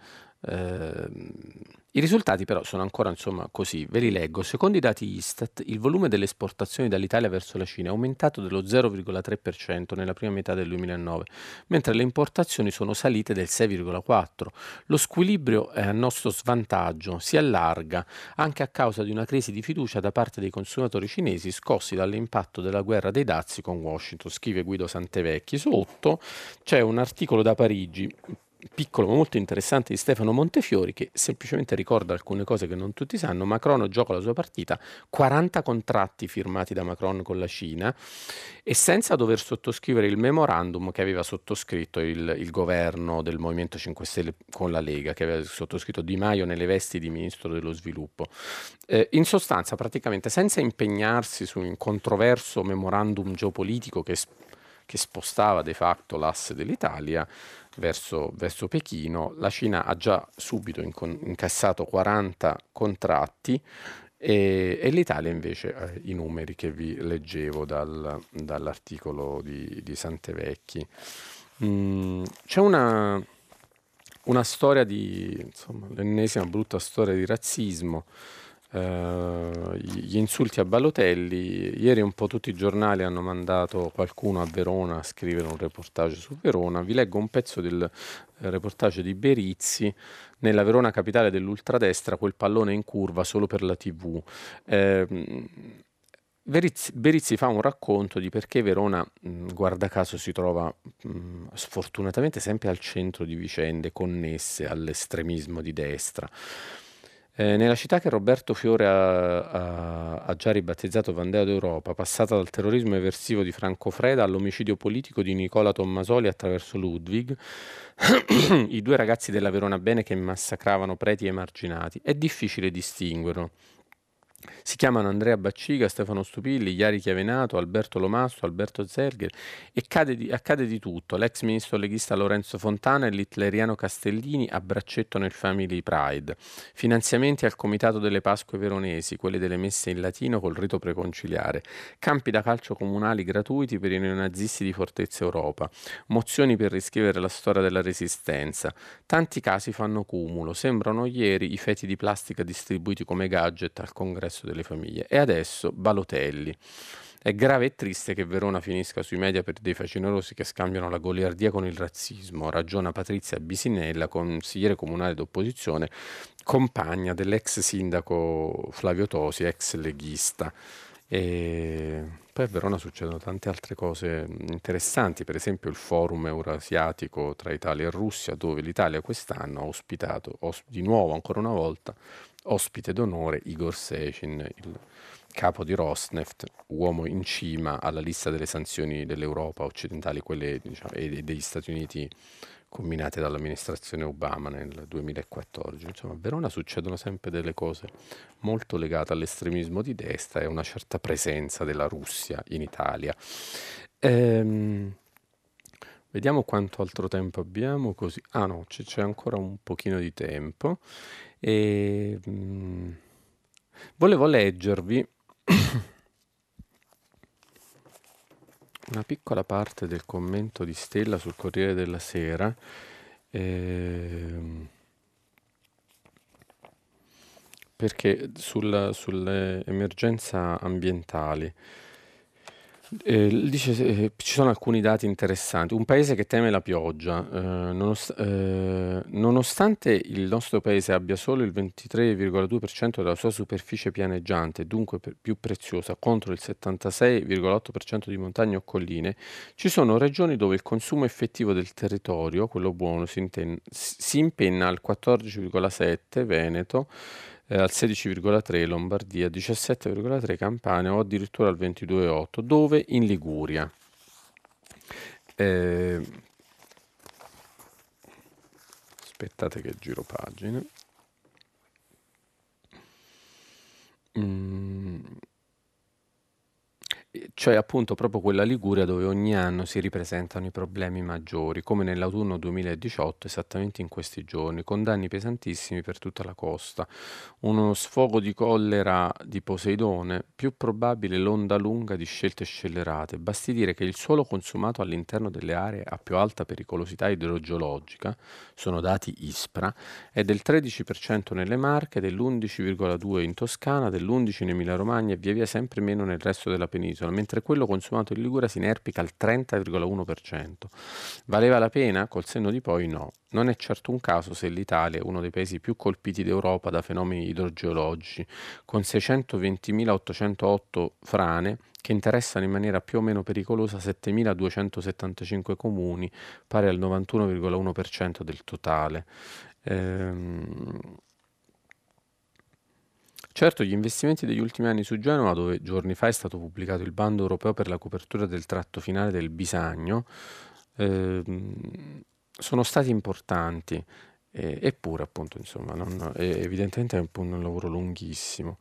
I risultati però sono ancora, insomma, così, ve li leggo. Secondo i dati Istat, il volume delle esportazioni dall'Italia verso la Cina è aumentato dello 0,3% nella prima metà del 2009, mentre le importazioni sono salite del 6,4%. Lo squilibrio è a nostro svantaggio, si allarga anche a causa di una crisi di fiducia da parte dei consumatori cinesi scossi dall'impatto della guerra dei dazi con Washington, scrive Guido Santevecchi. Sotto c'è un articolo da Parigi, piccolo ma molto interessante, di Stefano Montefiori, che semplicemente ricorda alcune cose che non tutti sanno. Macron gioca la sua partita, 40 contratti firmati da Macron con la Cina e senza dover sottoscrivere il memorandum che aveva sottoscritto il governo del Movimento 5 Stelle con la Lega, che aveva sottoscritto Di Maio nelle vesti di Ministro dello Sviluppo. In sostanza, praticamente senza impegnarsi su un controverso memorandum geopolitico che spostava de facto l'asse dell'Italia verso Pechino, la Cina ha già subito incassato 40 contratti e l'Italia invece i numeri che vi leggevo dall'articolo di Santevecchi. C'è una storia insomma, l'ennesima brutta storia di razzismo. Gli insulti a Balotelli. Ieri un po' tutti i giornali hanno mandato qualcuno a Verona a scrivere un reportage su Verona. Vi leggo un pezzo del reportage di Berizzi. Nella Verona capitale dell'ultradestra, quel pallone in curva solo per la TV. Berizzi fa un racconto di perché Verona, guarda caso, si trova sfortunatamente sempre al centro di vicende connesse all'estremismo di destra. Nella città che Roberto Fiore ha già ribattezzato Vandea d'Europa, passata dal terrorismo eversivo di Franco Freda all'omicidio politico di Nicola Tommasoli attraverso Ludwig, i due ragazzi della Verona Bene che massacravano preti e emarginati, è difficile distinguerlo. Si chiamano Andrea Bacciga, Stefano Stupilli, Iari Chiavenato, Alberto Lomasto, Alberto Zerger e accade di tutto. L'ex ministro leghista Lorenzo Fontana e l'hitleriano Castellini a braccetto nel Family Pride. Finanziamenti al Comitato delle Pasque Veronesi, quelli delle messe in latino col rito preconciliare. Campi da calcio comunali gratuiti per i neonazisti di Fortezza Europa. Mozioni per riscrivere la storia della Resistenza. Tanti casi fanno cumulo. Sembrano ieri i feti di plastica distribuiti come gadget al congresso delle famiglie. E adesso Balotelli. È grave e triste che Verona finisca sui media per dei facinorosi che scambiano la goliardia con il razzismo, ragiona Patrizia Bisinella, consigliere comunale d'opposizione, compagna dell'ex sindaco Flavio Tosi, ex leghista. E poi a Verona succedono tante altre cose interessanti, per esempio il forum eurasiatico tra Italia e Russia, dove l'Italia quest'anno ha ospitato di nuovo, ancora una volta, ospite d'onore Igor Sechin, il capo di Rosneft, uomo in cima alla lista delle sanzioni dell'Europa occidentali, quelle diciamo, e degli Stati Uniti combinate dall'amministrazione Obama nel 2014. Insomma, a Verona succedono sempre delle cose molto legate all'estremismo di destra e a una certa presenza della Russia in Italia. Vediamo quanto altro tempo abbiamo così. Ah no, c'è ancora un pochino di tempo. E, volevo leggervi una piccola parte del commento di Stella sul Corriere della Sera, perché sulle emergenza ambientali. Dice, ci sono alcuni dati interessanti. Un paese che teme la pioggia, nonostante il nostro paese abbia solo il 23,2% della sua superficie pianeggiante, dunque più preziosa, contro il 76,8% di montagne o colline, ci sono regioni dove il consumo effettivo del territorio, quello buono, si impenna al 14,7%, Veneto, al 16,3 Lombardia, 17,3 Campania o addirittura al 22,8, dove in Liguria. Aspettate che giro pagine. Cioè appunto proprio quella Liguria dove ogni anno si ripresentano i problemi maggiori, come nell'autunno 2018, esattamente in questi giorni, con danni pesantissimi per tutta la costa. Uno sfogo di collera di Poseidone, più probabile l'onda lunga di scelte scellerate. Basti dire che il suolo consumato all'interno delle aree a più alta pericolosità idrogeologica, sono dati ISPRA, è del 13% nelle Marche, dell'11,2% in Toscana, dell'11% in Emilia-Romagna e via via sempre meno nel resto della penisola, mentre quello consumato in Liguria si inerpica al 30,1%. Valeva la pena? Col senno di poi no. Non è certo un caso se l'Italia è uno dei paesi più colpiti d'Europa da fenomeni idrogeologici, con 620.808 frane che interessano in maniera più o meno pericolosa 7.275 comuni, pari al 91,1% del totale. Certo, gli investimenti degli ultimi anni su Genova, dove giorni fa è stato pubblicato il bando europeo per la copertura del tratto finale del Bisagno, sono stati importanti, eppure appunto insomma evidentemente è un lavoro lunghissimo.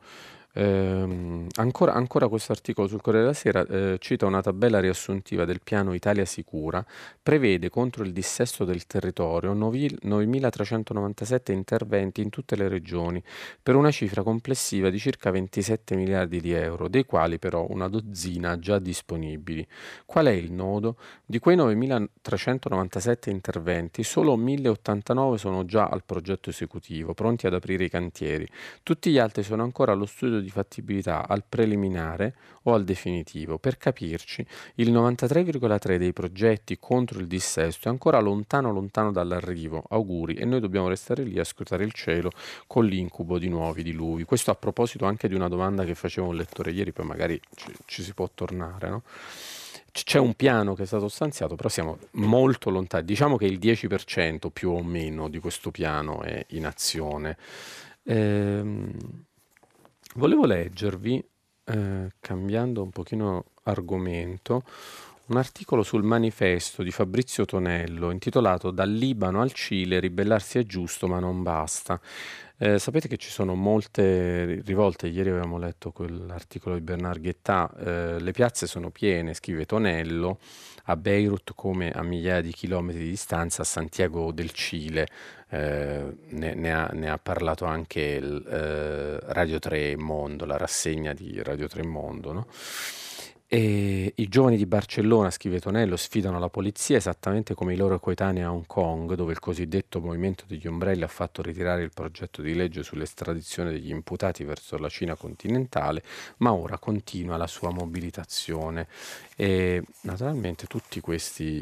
Ancora questo articolo sul Corriere della Sera cita una tabella riassuntiva del piano Italia Sicura, prevede contro il dissesto del territorio 9.397 interventi in tutte le regioni per una cifra complessiva di circa 27 miliardi di euro, dei quali però una dozzina già disponibili. Qual è il nodo? Di quei 9.397 interventi, solo 1.089 sono già al progetto esecutivo, pronti ad aprire i cantieri. Tutti gli altri sono ancora allo studio di fattibilità, al preliminare o al definitivo. Per capirci, il 93,3 dei progetti contro il dissesto è ancora lontano dall'arrivo. Auguri, e noi dobbiamo restare lì a scrutare il cielo con l'incubo di nuovi diluvi. Questo a proposito anche di una domanda che faceva un lettore ieri, poi magari ci si può tornare, no? C'è un piano che è stato stanziato, però siamo molto lontani. Diciamo che il 10% più o meno di questo piano è in azione. Volevo leggervi, cambiando un pochino argomento, un articolo sul manifesto di Fabrizio Tonello intitolato Dal Libano al Cile, ribellarsi è giusto ma non basta. Sapete che ci sono molte rivolte, ieri avevamo letto quell'articolo di Bernard Guetta, le piazze sono piene, scrive Tonello, a Beirut come a migliaia di chilometri di distanza a Santiago del Cile. Ne ha parlato anche Radio 3 Mondo, la rassegna di Radio 3 Mondo, no? E i giovani di Barcellona, scrive Tonello, sfidano la polizia esattamente come i loro coetanei a Hong Kong, dove il cosiddetto movimento degli ombrelli ha fatto ritirare il progetto di legge sull'estradizione degli imputati verso la Cina continentale, ma ora continua la sua mobilitazione. E naturalmente tutti questi,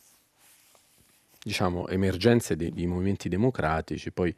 diciamo, emergenze di movimenti democratici poi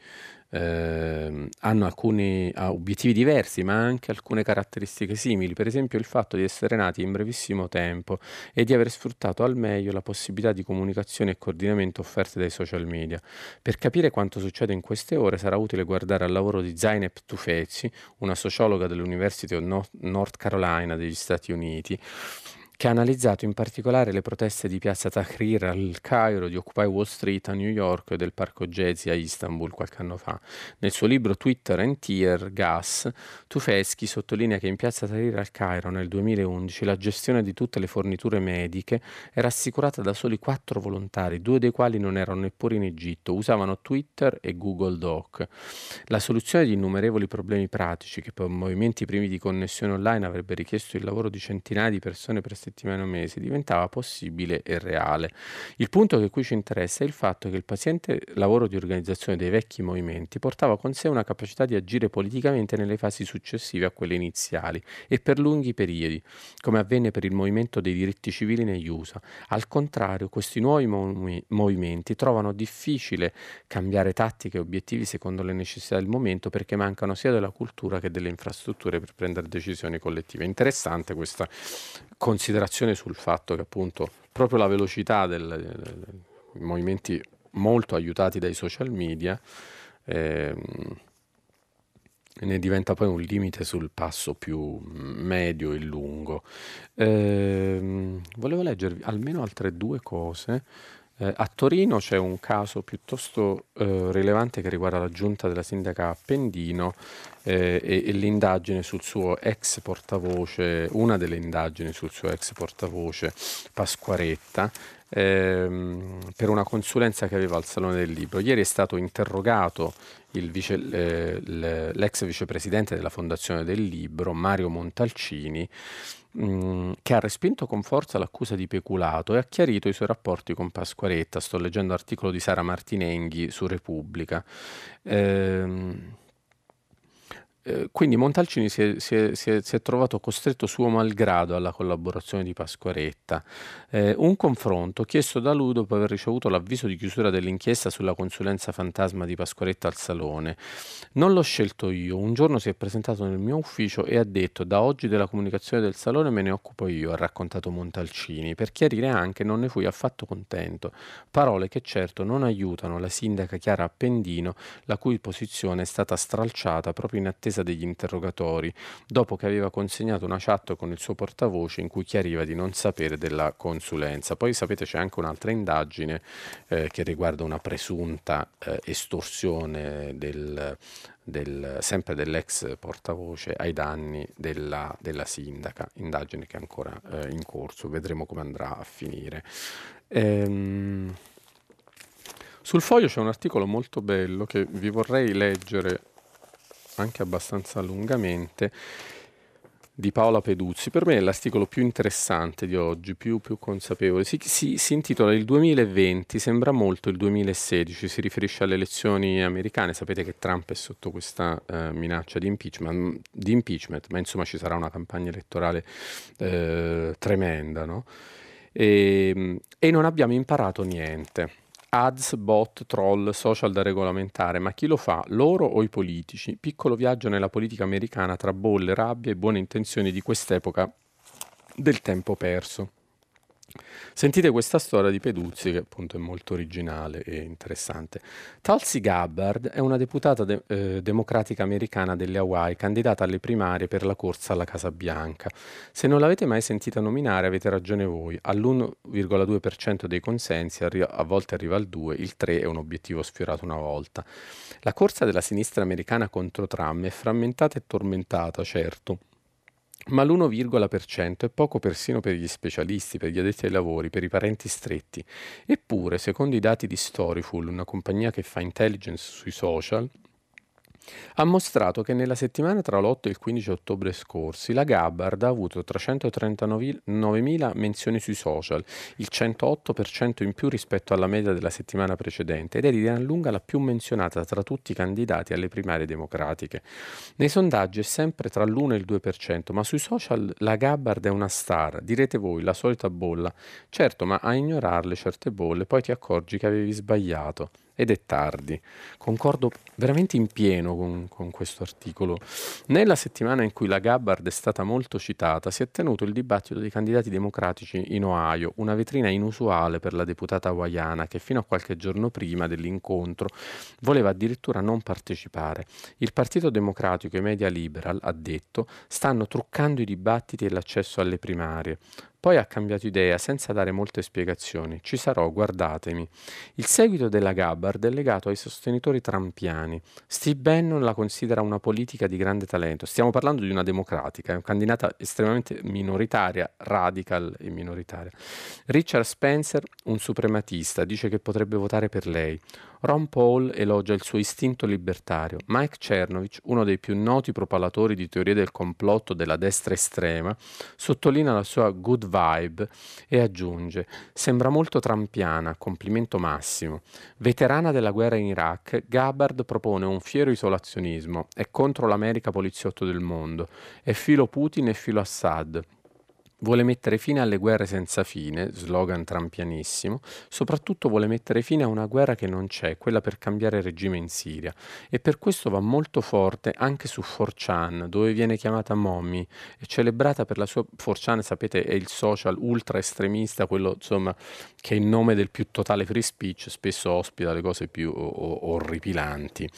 hanno alcuni obiettivi diversi, ma anche alcune caratteristiche simili. Per esempio il fatto di essere nati in brevissimo tempo e di aver sfruttato al meglio la possibilità di comunicazione e coordinamento offerte dai social media. Per capire quanto succede in queste ore sarà utile guardare al lavoro di Zeynep Tufekci, una sociologa dell'University of North Carolina degli Stati Uniti, che ha analizzato in particolare le proteste di piazza Tahrir al Cairo, di Occupy Wall Street a New York e del Parco Gezi a Istanbul qualche anno fa. Nel suo libro Twitter and Tear Gas, Tufekci sottolinea che in piazza Tahrir al Cairo nel 2011 la gestione di tutte le forniture mediche era assicurata da soli 4 volontari, 2 dei quali non erano neppure in Egitto, usavano Twitter e Google Doc. La soluzione di innumerevoli problemi pratici che per movimenti primi di connessione online avrebbe richiesto il lavoro di centinaia di persone per settimane o mesi diventava possibile e reale. Il punto che qui ci interessa è il fatto che il paziente lavoro di organizzazione dei vecchi movimenti portava con sé una capacità di agire politicamente nelle fasi successive a quelle iniziali e per lunghi periodi, come avvenne per il movimento dei diritti civili negli USA. Al contrario, questi nuovi movimenti trovano difficile cambiare tattiche e obiettivi secondo le necessità del momento perché mancano sia della cultura che delle infrastrutture per prendere decisioni collettive. Interessante questa considerazione sul fatto che appunto proprio la velocità dei movimenti molto aiutati dai social media ne diventa poi un limite sul passo più medio e lungo. Volevo leggervi almeno altre 2 cose. A Torino c'è un caso piuttosto rilevante che riguarda la giunta della sindaca Appendino e l'indagine sul suo ex portavoce, una delle indagini sul suo ex portavoce Pasquaretta, per una consulenza che aveva al Salone del Libro. Ieri è stato interrogato l'ex vicepresidente della Fondazione del Libro, Mario Montalcini, che ha respinto con forza l'accusa di peculato e ha chiarito i suoi rapporti con Pasquaretta. Sto leggendo l'articolo di Sara Martinenghi su Repubblica. Quindi Montalcini si è trovato costretto suo malgrado alla collaborazione di Pasquaretta. Un confronto chiesto da lui dopo aver ricevuto l'avviso di chiusura dell'inchiesta sulla consulenza fantasma di Pasquaretta al Salone. Non l'ho scelto io, un giorno si è presentato nel mio ufficio e ha detto: da oggi della comunicazione del Salone me ne occupo io, ha raccontato Montalcini. Per chiarire anche, non ne fui affatto contento. Parole che certo non aiutano la sindaca Chiara Appendino, la cui posizione è stata stralciata proprio in attesa degli interrogatori, dopo che aveva consegnato una chat con il suo portavoce in cui chiariva di non sapere della consulenza. Poi sapete c'è anche un'altra indagine che riguarda una presunta estorsione sempre dell'ex portavoce ai danni della sindaca, indagine che è ancora in corso, vedremo come andrà a finire. Sul Foglio c'è un articolo molto bello che vi vorrei leggere anche abbastanza lungamente, di Paola Peduzzi. Per me è l'articolo più interessante di oggi, più consapevole. Si intitola Il 2020 sembra molto il 2016, si riferisce alle elezioni americane. Sapete che Trump è sotto questa minaccia di impeachment, ma insomma ci sarà una campagna elettorale tremenda, no? E non abbiamo imparato niente. Ads, bot, troll, social da regolamentare, ma chi lo fa? Loro o i politici? Piccolo viaggio nella politica americana tra bolle, rabbia e buone intenzioni di quest'epoca del tempo perso. Sentite questa storia di Peduzzi che appunto è molto originale e interessante. Tulsi Gabbard è una deputata democratica americana delle Hawaii, candidata alle primarie per la corsa alla Casa Bianca. Se non l'avete mai sentita nominare avete ragione voi, all'1,2% dei consensi, a volte arriva al 2, il 3 è un obiettivo sfiorato una volta. La corsa della sinistra americana contro Trump è frammentata e tormentata, certo. Ma l'1% è poco persino per gli specialisti, per gli addetti ai lavori, per i parenti stretti. Eppure, secondo i dati di Storyful, una compagnia che fa intelligence sui social, ha mostrato che nella settimana tra l'8 e il 15 ottobre scorsi la Gabbard ha avuto 339.000 menzioni sui social, il 108% in più rispetto alla media della settimana precedente ed è di gran lunga la più menzionata tra tutti i candidati alle primarie democratiche. Nei sondaggi è sempre tra l'1 e il 2%, ma sui social la Gabbard è una star, direte voi, la solita bolla. Certo, ma a ignorarle certe bolle poi ti accorgi che avevi sbagliato. Ed è tardi. Concordo veramente in pieno con questo articolo. Nella settimana in cui la Gabbard è stata molto citata, si è tenuto il dibattito dei candidati democratici in Ohio, una vetrina inusuale per la deputata hawaiana che fino a qualche giorno prima dell'incontro voleva addirittura non partecipare. Il Partito Democratico e i media liberal, ha detto, stanno truccando i dibattiti e l'accesso alle primarie. Poi ha cambiato idea senza dare molte spiegazioni. Ci sarò, guardatemi. Il seguito della Gabbard è legato ai sostenitori trampiani. Steve Bannon la considera una politica di grande talento. Stiamo parlando di una democratica, è una candidata estremamente minoritaria, radical e minoritaria. Richard Spencer, un suprematista, dice che potrebbe votare per lei. Ron Paul elogia il suo istinto libertario. Mike Cernovich, uno dei più noti propalatori di teorie del complotto della destra estrema, sottolinea la sua good vibe e aggiunge: sembra molto trampiana, complimento massimo. Veterana della guerra in Iraq, Gabbard propone un fiero isolazionismo, è contro l'America poliziotto del mondo, è filo Putin e filo Assad. Vuole mettere fine alle guerre senza fine, slogan trampianissimo, soprattutto vuole mettere fine a una guerra che non c'è, quella per cambiare regime in Siria, e per questo va molto forte anche su 4chan, dove viene chiamata Mommy, e celebrata per la sua 4chan, sapete, è il social ultra estremista, quello insomma che in nome del più totale free speech spesso ospita le cose più orripilanti,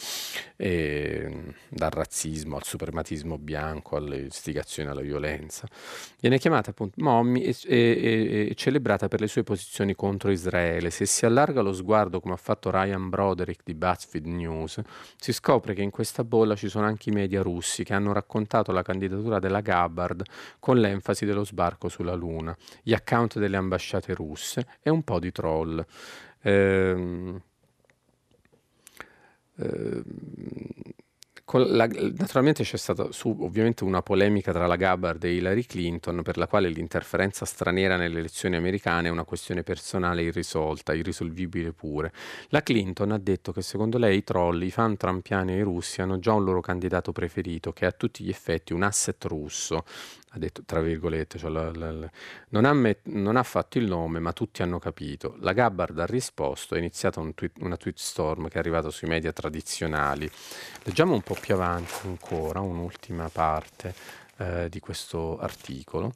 dal razzismo al suprematismo bianco alle istigazioni alla violenza. Viene chiamata appunto Mommy e celebrata per le sue posizioni contro Israele. Se si allarga lo sguardo, come ha fatto Ryan Broderick di BuzzFeed News, si scopre che in questa bolla ci sono anche i media russi che hanno raccontato la candidatura della Gabbard con l'enfasi dello sbarco sulla Luna, gli account delle ambasciate russe e un po' di troll. Ehm, ehm, naturalmente c'è stata ovviamente una polemica tra la Gabbard e Hillary Clinton per la quale l'interferenza straniera nelle elezioni americane è una questione personale irrisolta, irrisolvibile pure. La Clinton ha detto che secondo lei i troll, i fan trampiani e i russi hanno già un loro candidato preferito che è a tutti gli effetti un asset russo, ha detto tra virgolette, cioè non ha fatto il nome, ma tutti hanno capito. La Gabbard ha risposto, è iniziata una tweet storm che è arrivata sui media tradizionali. Leggiamo un po' più avanti ancora un'ultima parte di questo articolo.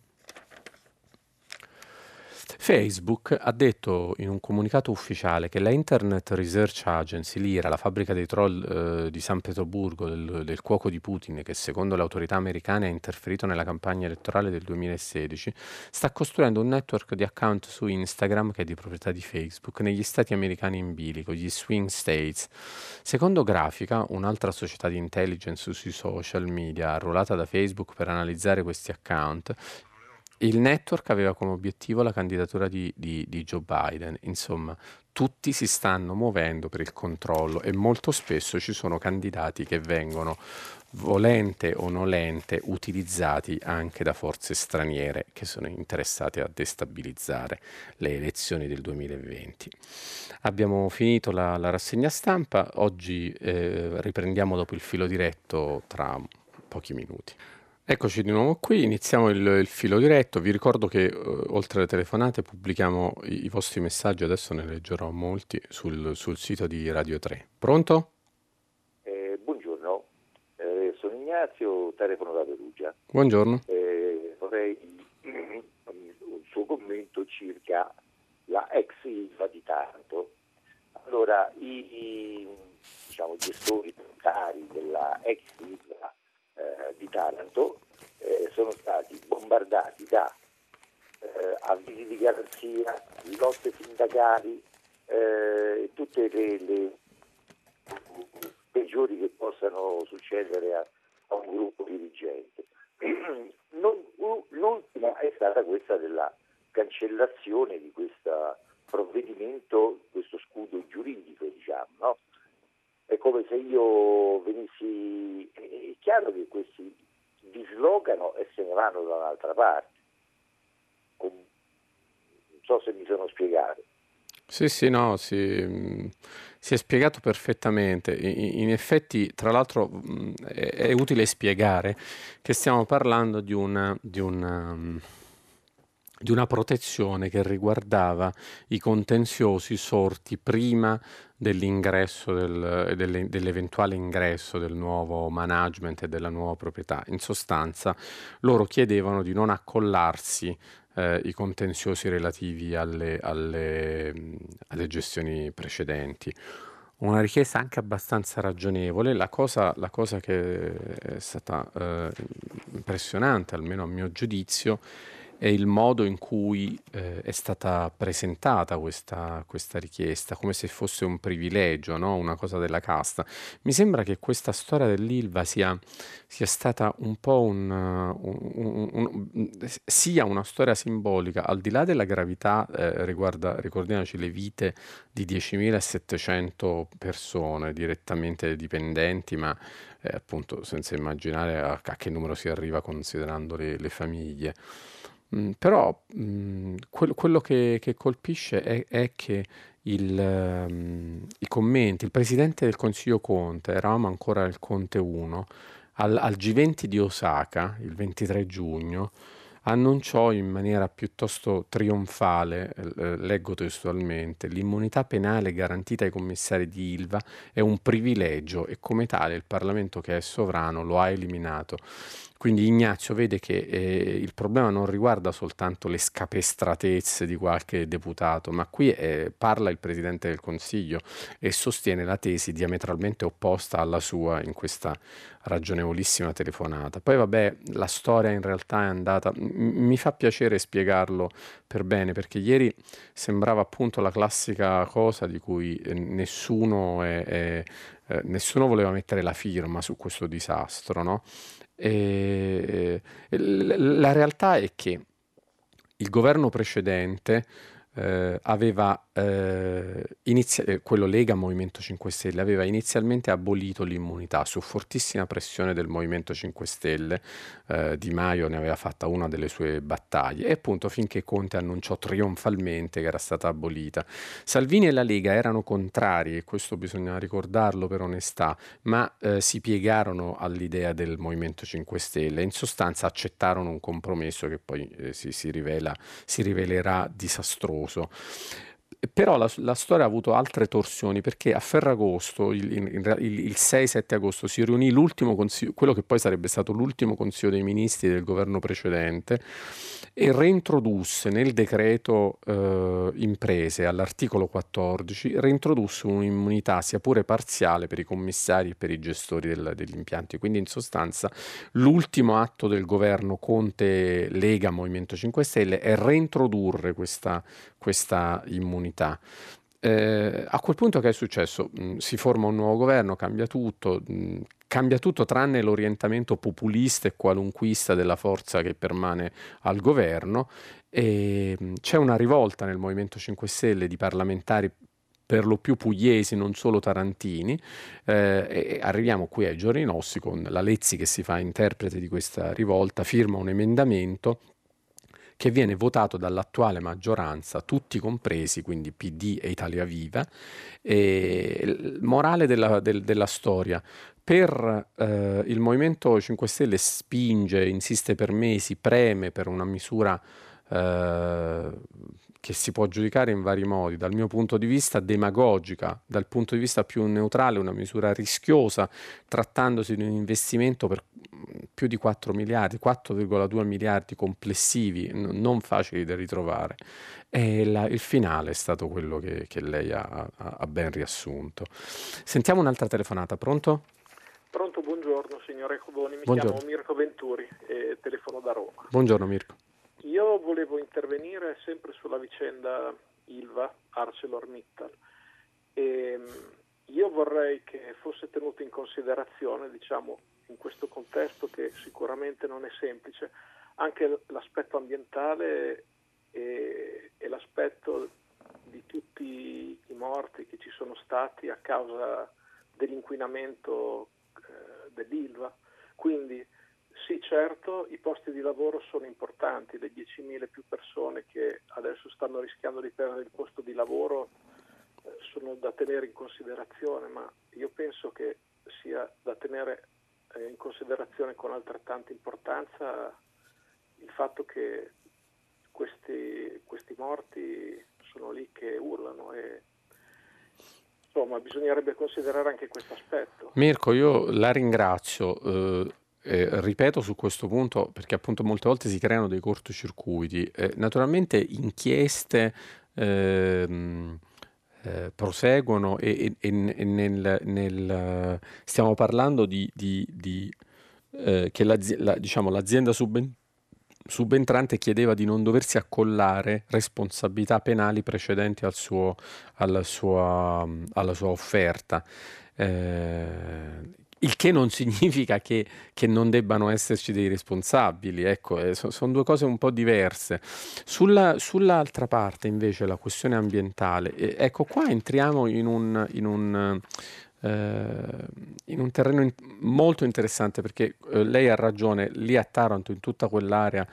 Facebook ha detto in un comunicato ufficiale che la Internet Research Agency, l'IRA, la fabbrica dei troll di San Pietroburgo, del cuoco di Putin, che secondo le autorità americane ha interferito nella campagna elettorale del 2016, sta costruendo un network di account su Instagram che è di proprietà di Facebook negli stati americani in bilico, gli swing states. Secondo Grafica, un'altra società di intelligence sui social media arruolata da Facebook per analizzare questi account, il network aveva come obiettivo la candidatura di Joe Biden. Insomma, tutti si stanno muovendo per il controllo e molto spesso ci sono candidati che vengono, volente o nolente, utilizzati anche da forze straniere che sono interessate a destabilizzare le elezioni del 2020. Abbiamo finito la rassegna stampa, oggi riprendiamo dopo il filo diretto tra pochi minuti. Eccoci di nuovo qui, iniziamo il filo diretto. Vi ricordo che oltre alle telefonate pubblichiamo i vostri messaggi, adesso ne leggerò molti sul sito di Radio 3. Pronto? Buongiorno, sono Ignazio, telefono da Perugia. Buongiorno. Vorrei un suo commento circa la ex Ilva di Taranto. Allora, i gestori bancari della ex Ilva di Taranto sono stati bombardati da avvisi di garanzia, lotte sindacali, tutte le peggiori che possano succedere a un gruppo dirigente. L'ultima è stata questa della cancellazione di questo provvedimento, questo scudo giuridico, diciamo, no? È come se io venissi, è chiaro che questi dislocano e se ne vanno da un'altra parte. Non so se mi sono spiegato. Sì, no, si è spiegato perfettamente. In effetti, tra l'altro, è utile spiegare che stiamo parlando di una protezione che riguardava i contenziosi sorti prima dell'eventuale ingresso del nuovo management e della nuova proprietà. In sostanza, loro chiedevano di non accollarsi i contenziosi relativi alle gestioni precedenti. Una richiesta anche abbastanza ragionevole. La cosa che è stata impressionante, almeno a mio giudizio, è il modo in cui è stata presentata questa richiesta, come se fosse un privilegio, no? Una cosa della casta. Mi sembra che questa storia dell'Ilva sia stata un po' sia una storia simbolica, al di là della gravità, ricordiamoci le vite di 10.700 persone direttamente dipendenti, ma appunto senza immaginare a che numero si arriva considerando le famiglie. Però quello che colpisce è che i commenti, il presidente del Consiglio Conte, eravamo ancora al Conte 1, al G20 di Osaka, il 23 giugno, annunciò in maniera piuttosto trionfale, leggo testualmente: l'immunità penale garantita ai commissari di Ilva è un privilegio e come tale il Parlamento, che è sovrano, lo ha eliminato. Quindi Ignazio vede che il problema non riguarda soltanto le scapestratezze di qualche deputato, ma qui parla il Presidente del Consiglio e sostiene la tesi diametralmente opposta alla sua in questa ragionevolissima telefonata. Poi vabbè, la storia in realtà è andata, mi fa piacere spiegarlo per bene, perché ieri sembrava appunto la classica cosa di cui nessuno voleva mettere la firma su questo disastro, no? La realtà è che il governo precedente aveva, quello Lega Movimento 5 Stelle, aveva inizialmente abolito l'immunità su fortissima pressione del Movimento 5 Stelle. Di Maio ne aveva fatta una delle sue battaglie, e appunto finché Conte annunciò trionfalmente che era stata abolita. Salvini e la Lega erano contrari, e questo bisogna ricordarlo per onestà, ma si piegarono all'idea del Movimento 5 Stelle. In sostanza accettarono un compromesso che poi si rivelerà disastroso. Però la storia ha avuto altre torsioni, perché a Ferragosto, il 6-7 agosto, si riunì l'ultimo consiglio, quello che poi sarebbe stato l'ultimo consiglio dei ministri del governo precedente, e reintrodusse nel decreto imprese, all'articolo 14, reintrodusse un'immunità sia pure parziale per i commissari e per i gestori degli impianti. Quindi in sostanza l'ultimo atto del governo Conte Lega Movimento 5 Stelle è reintrodurre questa immunità. A quel punto che è successo? Si forma un nuovo governo, cambia tutto tranne l'orientamento populista e qualunquista della forza che permane al governo, e c'è una rivolta nel Movimento 5 Stelle di parlamentari per lo più pugliesi, non solo tarantini, e arriviamo qui ai giorni nostri con la Lezzi che si fa interprete di questa rivolta, firma un emendamento che viene votato dall'attuale maggioranza, tutti compresi, quindi PD e Italia Viva. E morale della storia: per il Movimento 5 Stelle spinge, insiste per mesi, preme per una misura che si può giudicare in vari modi, dal mio punto di vista demagogica, dal punto di vista più neutrale una misura rischiosa, trattandosi di un investimento più di 4 miliardi, 4,2 miliardi complessivi, non facili da ritrovare. E il finale è stato quello che lei ha ben riassunto. Sentiamo un'altra telefonata, pronto? Pronto, buongiorno signore Coboni, mi Buongiorno. chiamo Mirko Venturi e telefono da Roma. Buongiorno Mirko. Io volevo intervenire sempre sulla vicenda Ilva, ArcelorMittal, e io vorrei che fosse tenuto in considerazione, diciamo, in questo contesto che sicuramente non è semplice, anche l'aspetto ambientale e l'aspetto di tutti i morti che ci sono stati a causa dell'inquinamento dell'Ilva. Quindi sì, certo, i posti di lavoro sono importanti, le 10.000 più persone che adesso stanno rischiando di perdere il posto di lavoro sono da tenere in considerazione, ma io penso che sia da tenere in considerazione con altrettanta importanza il fatto che questi morti sono lì che urlano e insomma bisognerebbe considerare anche questo aspetto. Mirko, io la ringrazio, ripeto su questo punto perché appunto molte volte si creano dei cortocircuiti. Naturalmente inchieste proseguono e stiamo parlando che diciamo, l'azienda subentrante chiedeva di non doversi accollare responsabilità penali precedenti alla sua offerta. Il che non significa che non debbano esserci dei responsabili, ecco, sono due cose un po' diverse. Sull'altra parte, invece, la questione ambientale, ecco, qua entriamo in un terreno molto interessante perché lei ha ragione, lì a Taranto, in tutta quell'area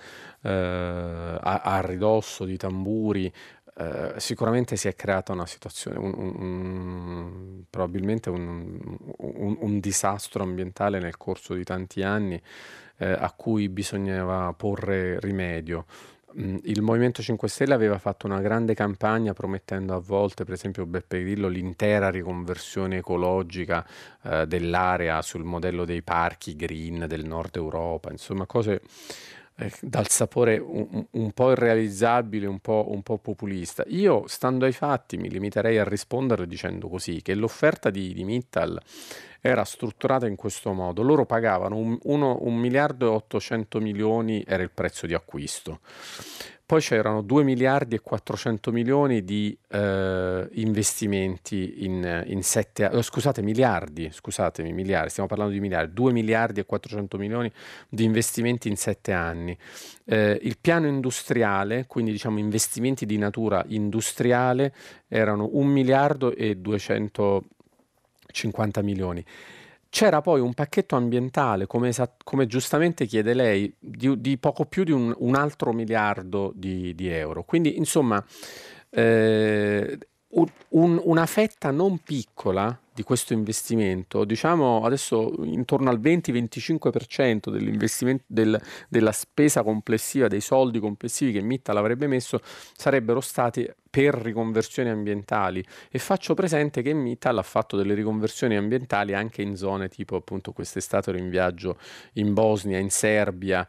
a ridosso di Tamburi, sicuramente si è creata una situazione, probabilmente un disastro ambientale nel corso di tanti anni a cui bisognava porre rimedio. Il Movimento 5 Stelle aveva fatto una grande campagna promettendo a volte, per esempio Beppe Grillo, l'intera riconversione ecologica dell'area sul modello dei parchi green del nord Europa, insomma cose dal sapore un po' irrealizzabile, un po' populista. Io, stando ai fatti, mi limiterei a rispondere dicendo così, che l'offerta di Mittal era strutturata in questo modo. Loro pagavano 1 miliardo e 800 milioni, era il prezzo di acquisto. Poi c'erano 2 miliardi e 400 milioni di investimenti in 7 anni. Miliardi, stiamo parlando di miliardi. 2 miliardi e 400 milioni di investimenti in 7 anni. Il piano industriale, quindi diciamo investimenti di natura industriale, erano 1 miliardo e 250 milioni. C'era poi un pacchetto ambientale, come giustamente chiede lei, di poco più di un altro miliardo di euro. Quindi, insomma, una fetta non piccola di questo investimento, diciamo adesso intorno al 20-25% dell'investimento della spesa complessiva, dei soldi complessivi che Mittal avrebbe messo, sarebbero stati per riconversioni ambientali. E faccio presente che Mittal ha fatto delle riconversioni ambientali anche in zone tipo, appunto, quest'estate ero in viaggio in Bosnia, in Serbia,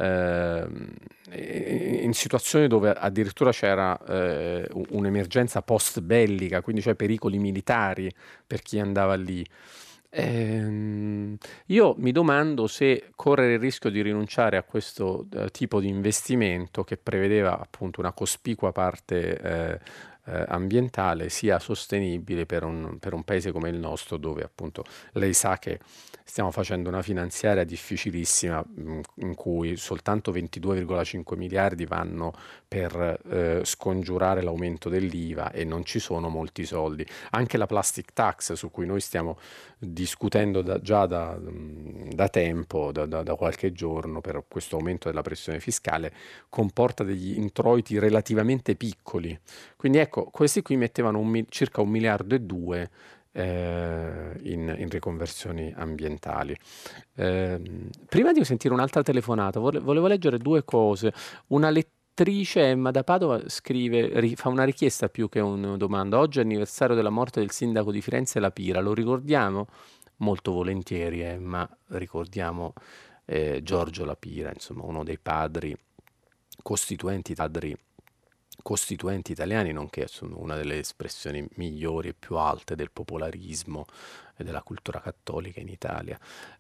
in situazioni dove addirittura c'era un'emergenza post bellica, quindi cioè pericoli militari per chi andava lì. Io mi domando se correre il rischio di rinunciare a questo tipo di investimento, che prevedeva appunto una cospicua parte ambientale, sia sostenibile per un paese come il nostro, dove appunto lei sa che stiamo facendo una finanziaria difficilissima, in cui soltanto 22,5 miliardi vanno per scongiurare l'aumento dell'IVA e non ci sono molti soldi. Anche la plastic tax, su cui noi stiamo discutendo già da tempo, da qualche giorno, per questo aumento della pressione fiscale, comporta degli introiti relativamente piccoli. Quindi ecco, questi qui mettevano circa 1 miliardo e 2 in riconversioni ambientali. Prima di sentire un'altra telefonata, volevo leggere due cose. Una lettrice, Emma da Padova, scrive, fa una richiesta più che una domanda. Oggi è anniversario della morte del sindaco di Firenze La Pira, lo ricordiamo? Molto volentieri, Emma, ricordiamo Giorgio La Pira, insomma uno dei padri costituenti italiani, nonché sono una delle espressioni migliori e più alte del popolarismo e della cultura cattolica in Italia.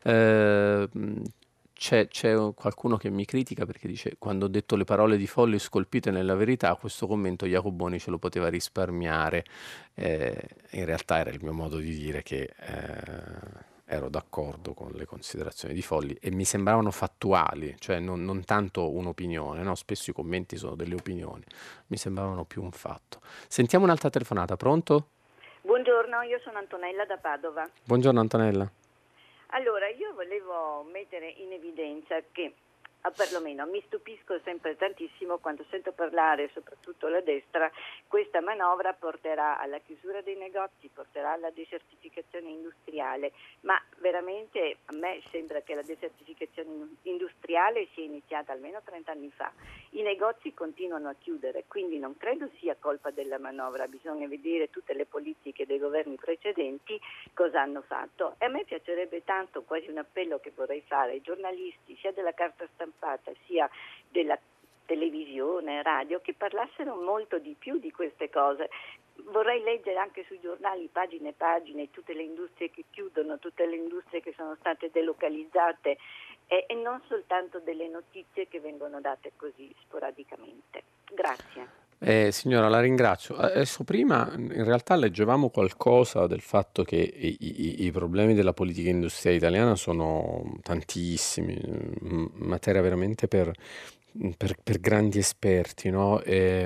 C'è qualcuno che mi critica perché dice: quando ho detto le parole di Folli scolpite nella verità, questo commento Jacoboni ce lo poteva risparmiare. In realtà era il mio modo di dire che ero d'accordo con le considerazioni di Folli e mi sembravano fattuali, cioè non tanto un'opinione, no? Spesso i commenti sono delle opinioni, mi sembravano più un fatto. Sentiamo un'altra telefonata, pronto? Buongiorno, io sono Antonella da Padova. Buongiorno Antonella. Allora, io volevo mettere in evidenza che, perlomeno, mi stupisco sempre tantissimo quando sento parlare, soprattutto la destra, questa manovra porterà alla chiusura dei negozi, porterà alla desertificazione industriale, ma veramente a me sembra che la desertificazione industriale sia iniziata almeno 30 anni fa. I negozi continuano a chiudere, quindi non credo sia colpa della manovra, bisogna vedere tutte le politiche dei governi precedenti cosa hanno fatto. E a me piacerebbe tanto, quasi un appello che vorrei fare ai giornalisti sia della carta stampata sia della televisione, radio, che parlassero molto di più di queste cose. Vorrei leggere anche sui giornali pagine e pagine tutte le industrie che chiudono, tutte le industrie che sono state delocalizzate e non soltanto delle notizie che vengono date così sporadicamente. Grazie. Signora, la ringrazio. Adesso prima in realtà leggevamo qualcosa del fatto che i problemi della politica industriale italiana sono tantissimi, materia veramente per grandi esperti, no?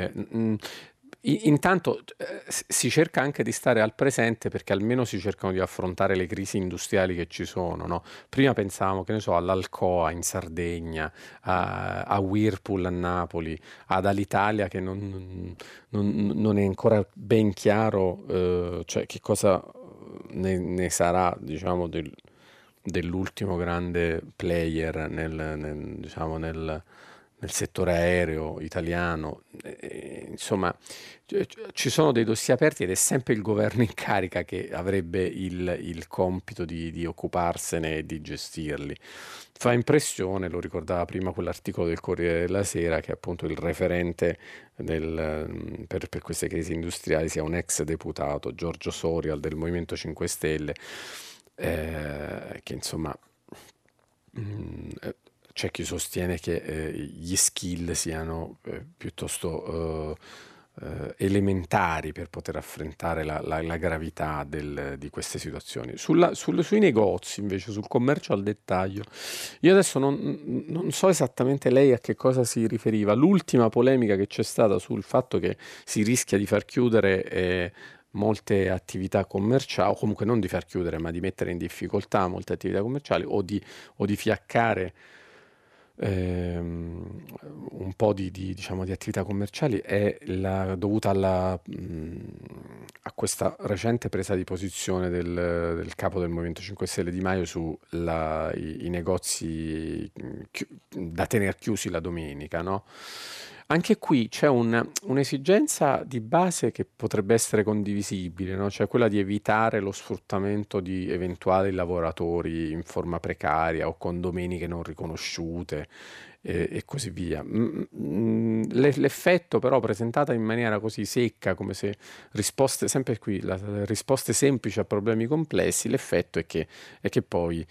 Intanto si cerca anche di stare al presente perché almeno si cercano di affrontare le crisi industriali che ci sono, no? Prima pensavamo, che ne so, all'Alcoa in Sardegna, a Whirlpool a Napoli, ad Alitalia che non è ancora ben chiaro cioè che cosa ne sarà, diciamo, dell'ultimo grande player diciamo, nel settore aereo italiano. Insomma, ci sono dei dossier aperti ed è sempre il governo in carica che avrebbe il compito di occuparsene e di gestirli. Fa impressione, lo ricordava prima quell'articolo del Corriere della Sera, che appunto il referente per queste crisi industriali sia un ex deputato, Giorgio Sorial del Movimento 5 Stelle, che insomma c'è chi sostiene che gli skill siano piuttosto elementari per poter affrontare la gravità di queste situazioni. Sui negozi, invece, sul commercio al dettaglio, io adesso non so esattamente lei a che cosa si riferiva. L'ultima polemica che c'è stata sul fatto che si rischia di far chiudere molte attività commerciali, o comunque non di far chiudere, ma di mettere in difficoltà molte attività commerciali o di fiaccare un po' diciamo, di attività commerciali è dovuta a questa recente presa di posizione del capo del Movimento 5 Stelle Di Maio su i negozi da tenere chiusi la domenica, no? Anche qui c'è un'esigenza di base che potrebbe essere condivisibile, no? Cioè quella di evitare lo sfruttamento di eventuali lavoratori in forma precaria o con domeniche non riconosciute e così via. L'effetto però presentata in maniera così secca, come se sempre qui, risposte semplici a problemi complessi, l'effetto è che poi,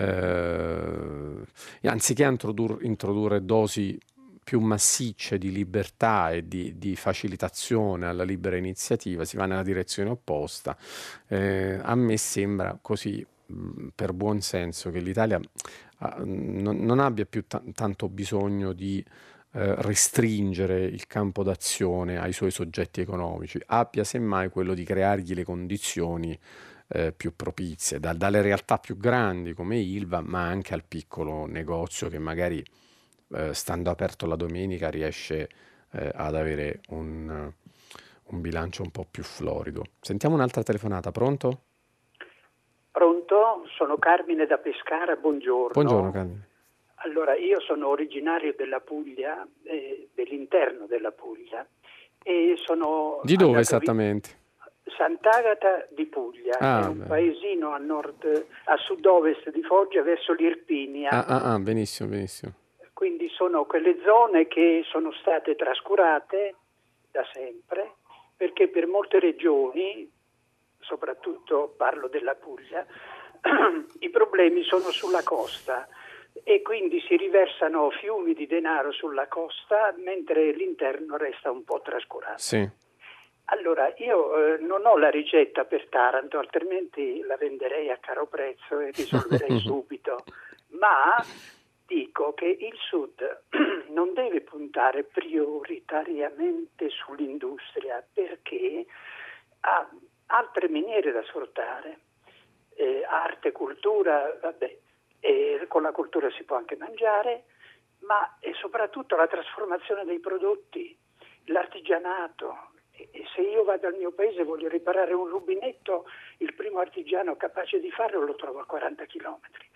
anziché introdurre dosi più massicce di libertà e di facilitazione alla libera iniziativa, si va nella direzione opposta. A me sembra così, per buon senso, che l'Italia non abbia più tanto bisogno di restringere il campo d'azione ai suoi soggetti economici, abbia semmai quello di creargli le condizioni più propizie, dalle realtà più grandi come Ilva, ma anche al piccolo negozio che magari stando aperto la domenica riesce ad avere un bilancio un po' più florido. Sentiamo un'altra telefonata, pronto? Pronto? Sono Carmine da Pescara, buongiorno. Buongiorno Carmine. Allora, io sono originario della Puglia, dell'interno della Puglia, e sono... Di dove esattamente? Sant'Agata di Puglia, è un paesino a sud-ovest di Foggia, verso l'Irpinia. Benissimo, benissimo. Quindi sono quelle zone che sono state trascurate da sempre, perché per molte regioni, soprattutto parlo della Puglia, i problemi sono sulla costa e quindi si riversano fiumi di denaro sulla costa mentre l'interno resta un po' trascurato. Sì. Allora, io non ho la ricetta per Taranto, altrimenti la venderei a caro prezzo e risolverei subito, ma dico che il Sud non deve puntare prioritariamente sull'industria perché ha altre miniere da sfruttare, arte, cultura, vabbè, con la cultura si può anche mangiare, ma soprattutto la trasformazione dei prodotti, l'artigianato. E se io vado al mio paese e voglio riparare un rubinetto, il primo artigiano capace di farlo lo trovo a 40 chilometri.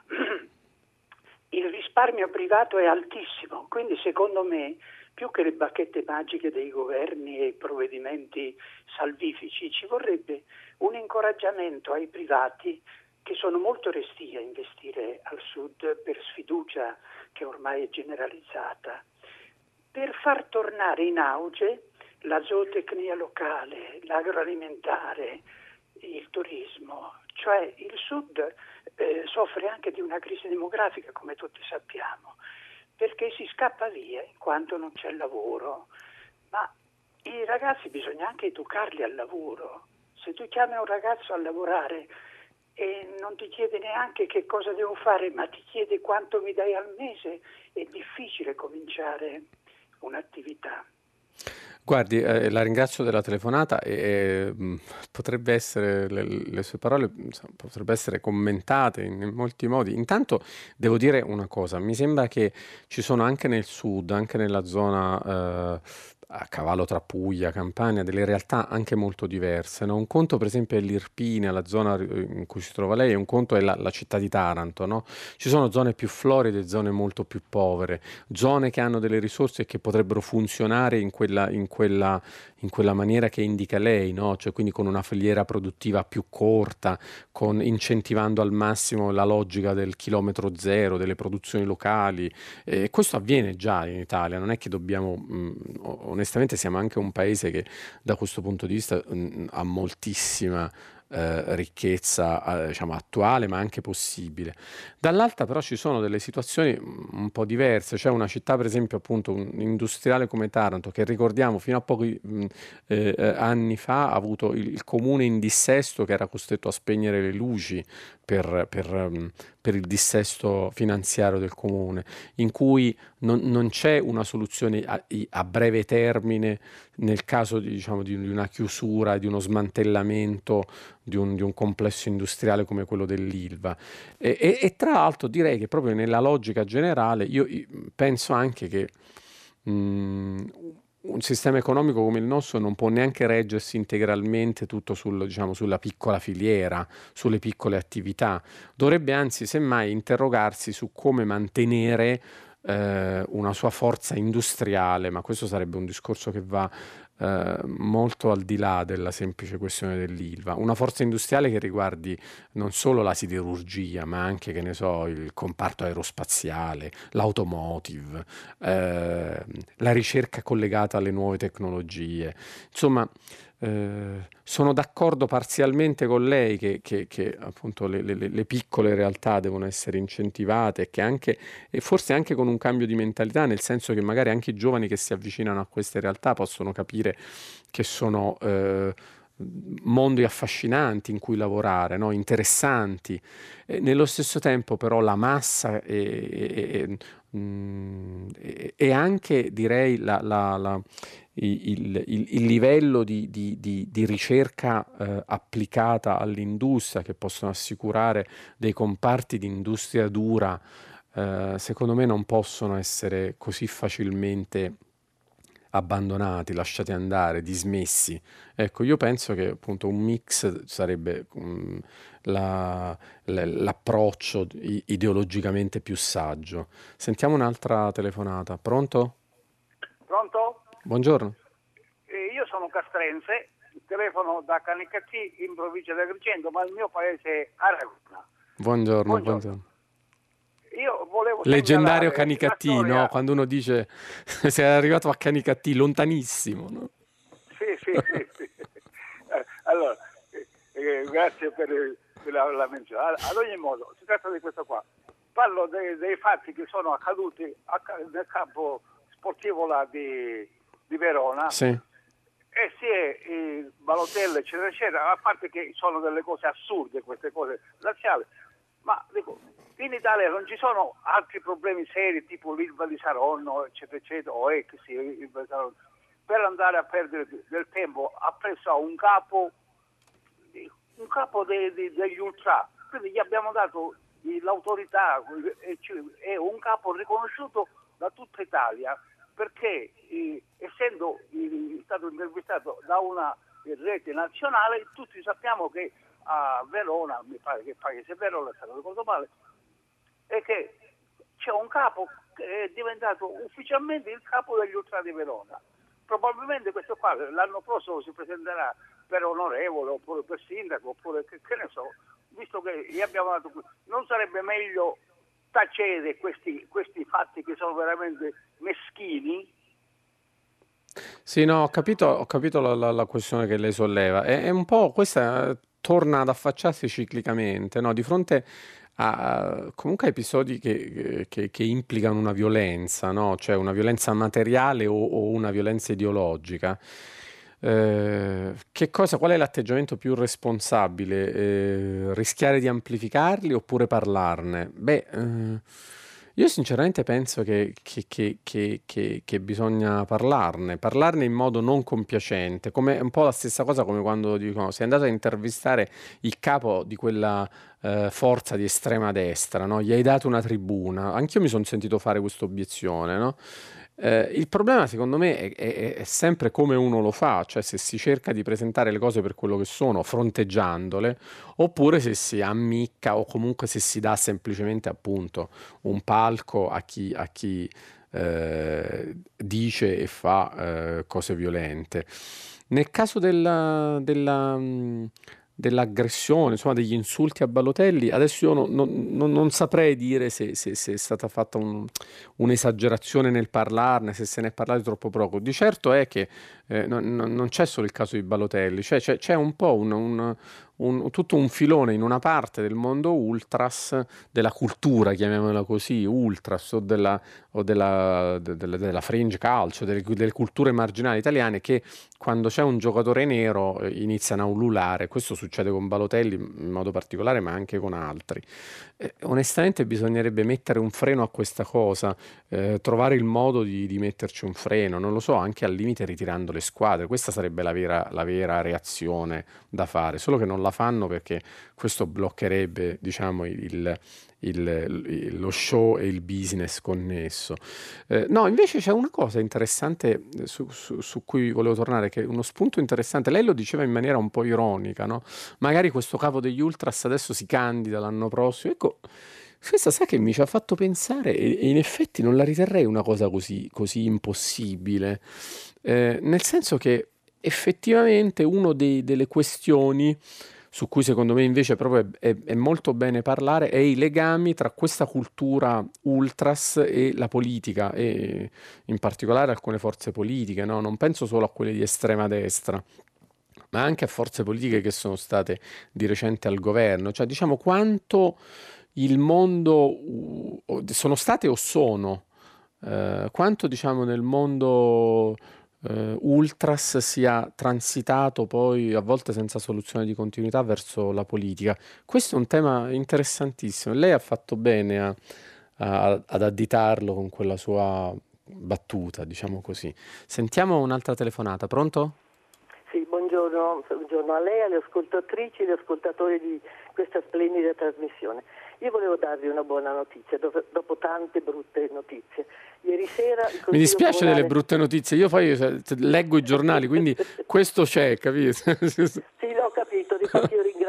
Il risparmio privato è altissimo, quindi secondo me più che le bacchette magiche dei governi e i provvedimenti salvifici ci vorrebbe un incoraggiamento ai privati che sono molto restii a investire al Sud per sfiducia che ormai è generalizzata, per far tornare in auge la zootecnia locale, l'agroalimentare, il turismo. Cioè il Sud soffre anche di una crisi demografica, come tutti sappiamo, perché si scappa via in quanto non c'è lavoro. Ma i ragazzi bisogna anche educarli al lavoro. Se tu chiami un ragazzo a lavorare e non ti chiede neanche che cosa devo fare, ma ti chiede quanto mi dai al mese, è difficile cominciare un'attività. Guardi, la ringrazio della telefonata e potrebbe essere, le sue parole potrebbero essere commentate in molti modi. Intanto devo dire una cosa, mi sembra che ci sono anche nel sud, anche nella zona a cavallo tra Puglia, Campania, delle realtà anche molto diverse, no? Un conto per esempio è l'Irpinia, la zona in cui si trova lei, e un conto è la città di Taranto, no? Ci sono zone più floride e zone molto più povere, zone che hanno delle risorse che potrebbero funzionare in quella maniera che indica lei, no? Cioè quindi con una filiera produttiva più corta, incentivando al massimo la logica del chilometro zero, delle produzioni locali. Questo avviene già in Italia, non è che dobbiamo, onestamente siamo anche un paese che da questo punto di vista ha moltissima ricchezza diciamo attuale ma anche possibile. Dall'altra però ci sono delle situazioni un po' diverse, c'è una città per esempio appunto un industriale come Taranto che ricordiamo fino a pochi anni fa ha avuto il comune in dissesto che era costretto a spegnere le luci per il dissesto finanziario del comune, in cui non c'è una soluzione a breve termine nel caso di una chiusura, di uno smantellamento di un complesso industriale come quello dell'Ilva. E tra l'altro direi che proprio nella logica generale io penso anche che un sistema economico come il nostro non può neanche reggersi integralmente tutto sulla piccola filiera, sulle piccole attività. Dovrebbe anzi semmai interrogarsi su come mantenere una sua forza industriale, ma questo sarebbe un discorso che va molto al di là della semplice questione dell'Ilva. Una forza industriale che riguardi non solo la siderurgia, ma anche, che ne so, il comparto aerospaziale, l'automotive, la ricerca collegata alle nuove tecnologie. Insomma, sono d'accordo parzialmente con lei che appunto le piccole realtà devono essere incentivate e forse anche con un cambio di mentalità, nel senso che magari anche i giovani che si avvicinano a queste realtà possono capire che sono mondi affascinanti in cui lavorare, no? Interessanti. Nello stesso tempo però la massa e anche direi il livello di ricerca applicata all'industria che possono assicurare dei comparti di industria dura, secondo me non possono essere così facilmente abbandonati, lasciati andare, dismessi. Ecco, io penso che appunto un mix sarebbe l'approccio ideologicamente più saggio. Sentiamo un'altra telefonata. Pronto? Pronto? Buongiorno. Io sono castrense, telefono da Canicattì in provincia di Agrigento, ma il mio paese è Aragona. Buongiorno. Io volevo leggendario Canicattì, no? Quando uno dice sei arrivato a Canicattì, lontanissimo, no? Sì. Allora, grazie per la menzione. Ad ogni modo, si tratta di questo qua. Parlo dei fatti che sono accaduti nel campo sportivo là di Verona. Sì. E si è Balotelli, eccetera, eccetera, a parte che sono delle cose assurde, queste cose razziali, ma dico, in Italia non ci sono altri problemi seri tipo l'Ilva di Saronno, eccetera, eccetera, o Ilva di Saronno, per andare a perdere del tempo appresso a un capo degli ultra. Quindi gli abbiamo dato l'autorità, è un capo riconosciuto da tutta Italia, perché essendo stato intervistato da una rete nazionale, tutti sappiamo che a Verona, mi pare che Paese Verona, se non ricordo male, è che c'è un capo che è diventato ufficialmente il capo degli ultra di Verona. Probabilmente questo qua l'anno prossimo si presenterà per onorevole oppure per sindaco oppure che ne so, visto che gli abbiamo dato, non sarebbe meglio tacere questi fatti che sono veramente meschini? Sì, no, ho capito la questione che lei solleva. È un po' questa torna ad affacciarsi ciclicamente, no? Di fronte comunque a episodi che implicano una violenza, no? Cioè una violenza materiale o una violenza ideologica. Qual è l'atteggiamento più responsabile? Rischiare di amplificarli oppure parlarne? Io sinceramente penso che bisogna parlarne in modo non compiacente, come un po' la stessa cosa come quando dicono sei andato a intervistare il capo di quella forza di estrema destra, no? Gli hai dato una tribuna. Anch'io mi sono sentito fare questa obiezione, no? Il problema secondo me è sempre come uno lo fa, cioè se si cerca di presentare le cose per quello che sono, fronteggiandole, oppure se si ammicca o comunque se si dà semplicemente appunto un palco a chi dice e fa cose violente. Nel caso dell'aggressione, insomma degli insulti a Balotelli, adesso io non saprei dire se è stata fatta un'esagerazione nel parlarne, se se ne è parlato troppo poco. Di certo è che non c'è solo il caso di Balotelli, cioè c'è un po' tutto un filone in una parte del mondo ultras, della cultura, chiamiamola così, ultras o della fringe calcio, delle culture marginali italiane, che quando c'è un giocatore nero iniziano a ululare. Questo succede con Balotelli in modo particolare, ma anche con altri. Onestamente bisognerebbe mettere un freno a questa cosa, trovare il modo di metterci un freno, non lo so, anche al limite ritirando le squadre. Questa sarebbe la vera reazione da fare, solo che non la fanno perché questo bloccherebbe, diciamo, lo show e il business connesso. No, invece c'è una cosa interessante su cui volevo tornare, che è uno spunto interessante. Lei lo diceva in maniera un po' ironica, no? Magari questo capo degli ultras adesso si candida l'anno prossimo. Ecco, questa sa che mi ci ha fatto pensare e in effetti non la riterrei una cosa così impossibile, nel senso che effettivamente delle questioni su cui secondo me invece proprio è molto bene parlare è i legami tra questa cultura ultras e la politica, e in particolare alcune forze politiche, no? Non penso solo a quelle di estrema destra, ma anche a forze politiche che sono state di recente al governo. Cioè, diciamo, quanto il mondo sono state o sono, quanto, diciamo, nel mondo ultras sia transitato poi a volte senza soluzione di continuità verso la politica. Questo è un tema interessantissimo. Lei ha fatto bene ad additarlo con quella sua battuta, diciamo così. Sentiamo un'altra telefonata. Pronto? Sì, buongiorno a lei, alle ascoltatrici e agli ascoltatori di questa splendida trasmissione. Io volevo darvi una buona notizia dopo tante brutte notizie. Ieri sera mi dispiace delle brutte notizie, io poi leggo i giornali, quindi questo c'è, capito? Sì, l'ho capito, di fatto io ringrazio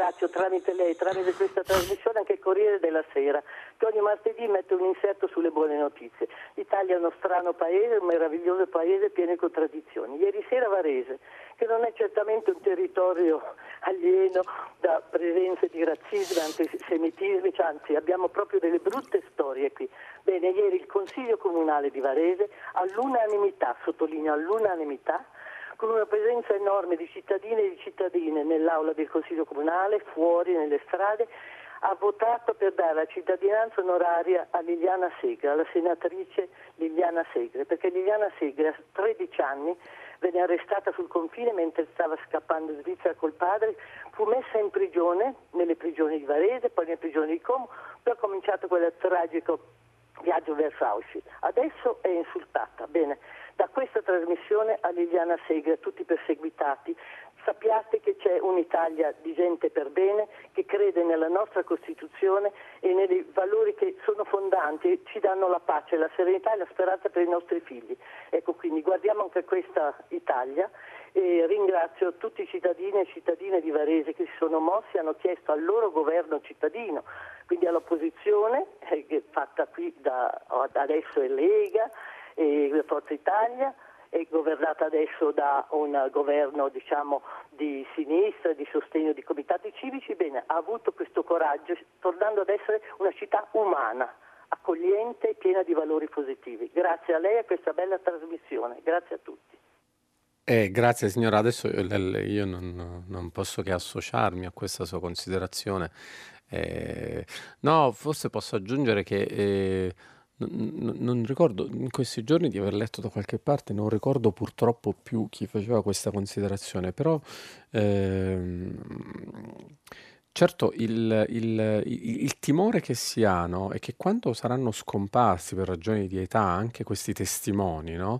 ringrazio tramite lei, tramite questa trasmissione, anche il Corriere della Sera, che ogni martedì mette un inserto sulle buone notizie. L'Italia è uno strano paese, un meraviglioso paese pieno di contraddizioni. Ieri sera Varese, che non è certamente un territorio alieno da presenze di razzismo, antisemitismi, anzi abbiamo proprio delle brutte storie qui. Bene, ieri il Consiglio Comunale di Varese all'unanimità, sottolineo all'unanimità, con una presenza enorme di cittadini e di cittadine nell'aula del Consiglio Comunale, fuori, nelle strade, ha votato per dare la cittadinanza onoraria a Liliana Segre, alla senatrice Liliana Segre, perché Liliana Segre a 13 anni venne arrestata sul confine mentre stava scappando in Svizzera col padre, fu messa in prigione, nelle prigioni di Varese, poi nelle prigioni di Como, poi ha cominciato quel tragico viaggio verso Auschwitz. Adesso è insultata. Bene, da questa trasmissione a Liliana Segre, a tutti i perseguitati, sappiate che c'è un'Italia di gente per bene, che crede nella nostra Costituzione e nei valori che sono fondanti, ci danno la pace, la serenità e la speranza per i nostri figli. Ecco, quindi guardiamo anche questa Italia e ringrazio tutti i cittadini e cittadine di Varese che si sono mossi e hanno chiesto al loro governo cittadino, quindi all'opposizione, che è fatta qui adesso è Lega e Forza Italia, è governata adesso da un governo di sinistra, di sostegno di comitati civici, bene, ha avuto questo coraggio, tornando ad essere una città umana, accogliente e piena di valori positivi. Grazie a lei e a questa bella trasmissione, grazie a tutti. Grazie signora, adesso io non posso che associarmi a questa sua considerazione. No, forse posso aggiungere che non ricordo in questi giorni di aver letto da qualche parte, non ricordo purtroppo più chi faceva questa considerazione, però certo il timore che si ha, no, è che quando saranno scomparsi per ragioni di età anche questi testimoni, no?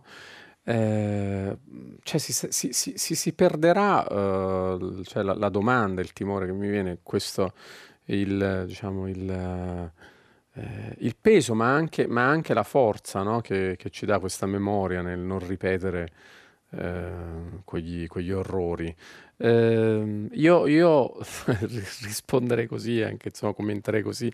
Cioè si perderà cioè la domanda, il timore che mi viene è questo, diciamo, il peso, ma anche la forza, no? Che ci dà questa memoria nel non ripetere quegli orrori. Io risponderei così, anche insomma commenterei così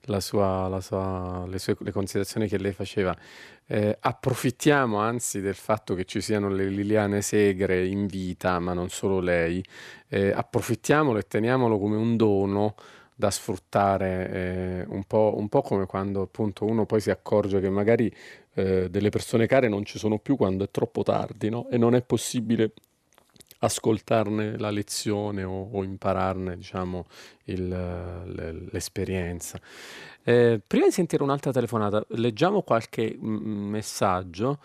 le considerazioni che lei faceva. Approfittiamo anzi del fatto che ci siano le Liliane Segre in vita, ma non solo lei, approfittiamolo e teniamolo come un dono da sfruttare, un po' come quando appunto uno poi si accorge che magari delle persone care non ci sono più quando è troppo tardi, no? E non è possibile ascoltarne la lezione o impararne, diciamo, l'esperienza. Prima di sentire un'altra telefonata, leggiamo qualche messaggio.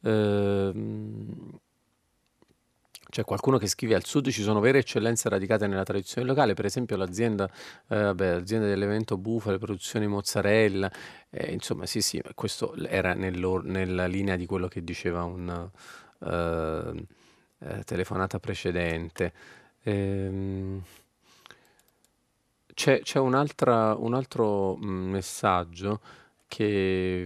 C'è qualcuno che scrive: al sud ci sono vere eccellenze radicate nella tradizione locale, per esempio l'azienda dell'evento Bufale, produzioni mozzarella, insomma sì, questo era nella linea di quello che diceva un telefonata precedente. C'è un altro messaggio che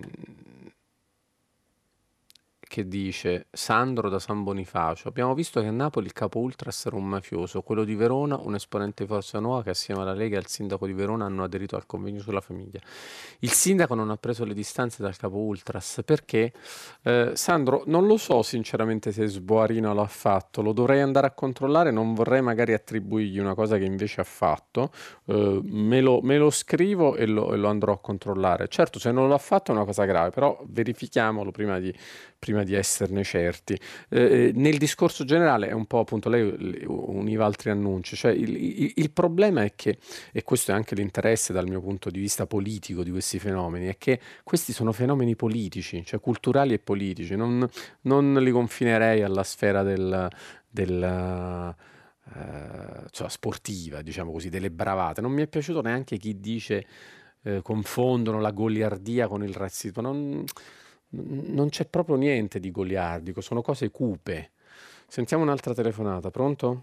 dice: Sandro da San Bonifacio, abbiamo visto che a Napoli il capo ultras era un mafioso, quello di Verona un esponente di Forza Nuova che assieme alla Lega e al sindaco di Verona hanno aderito al convegno sulla famiglia. Il sindaco non ha preso le distanze dal capo ultras perché? Sandro, non lo so sinceramente se Sboarino l'ha fatto, lo dovrei andare a controllare, non vorrei magari attribuirgli una cosa che invece ha fatto. Me lo scrivo e lo andrò a controllare. Certo, se non l'ha fatto è una cosa grave, però verifichiamolo prima di esserne certi. Nel discorso generale è un po', appunto, lei univa altri annunci, cioè il problema è che, e questo è anche l'interesse dal mio punto di vista politico di questi fenomeni, è che questi sono fenomeni politici, cioè culturali e politici, non li confinerei alla sfera cioè sportiva, diciamo così, delle bravate. Non mi è piaciuto neanche chi dice confondono la goliardia con il razzismo. Non c'è proprio niente di goliardico, sono cose cupe. Sentiamo un'altra telefonata. Pronto?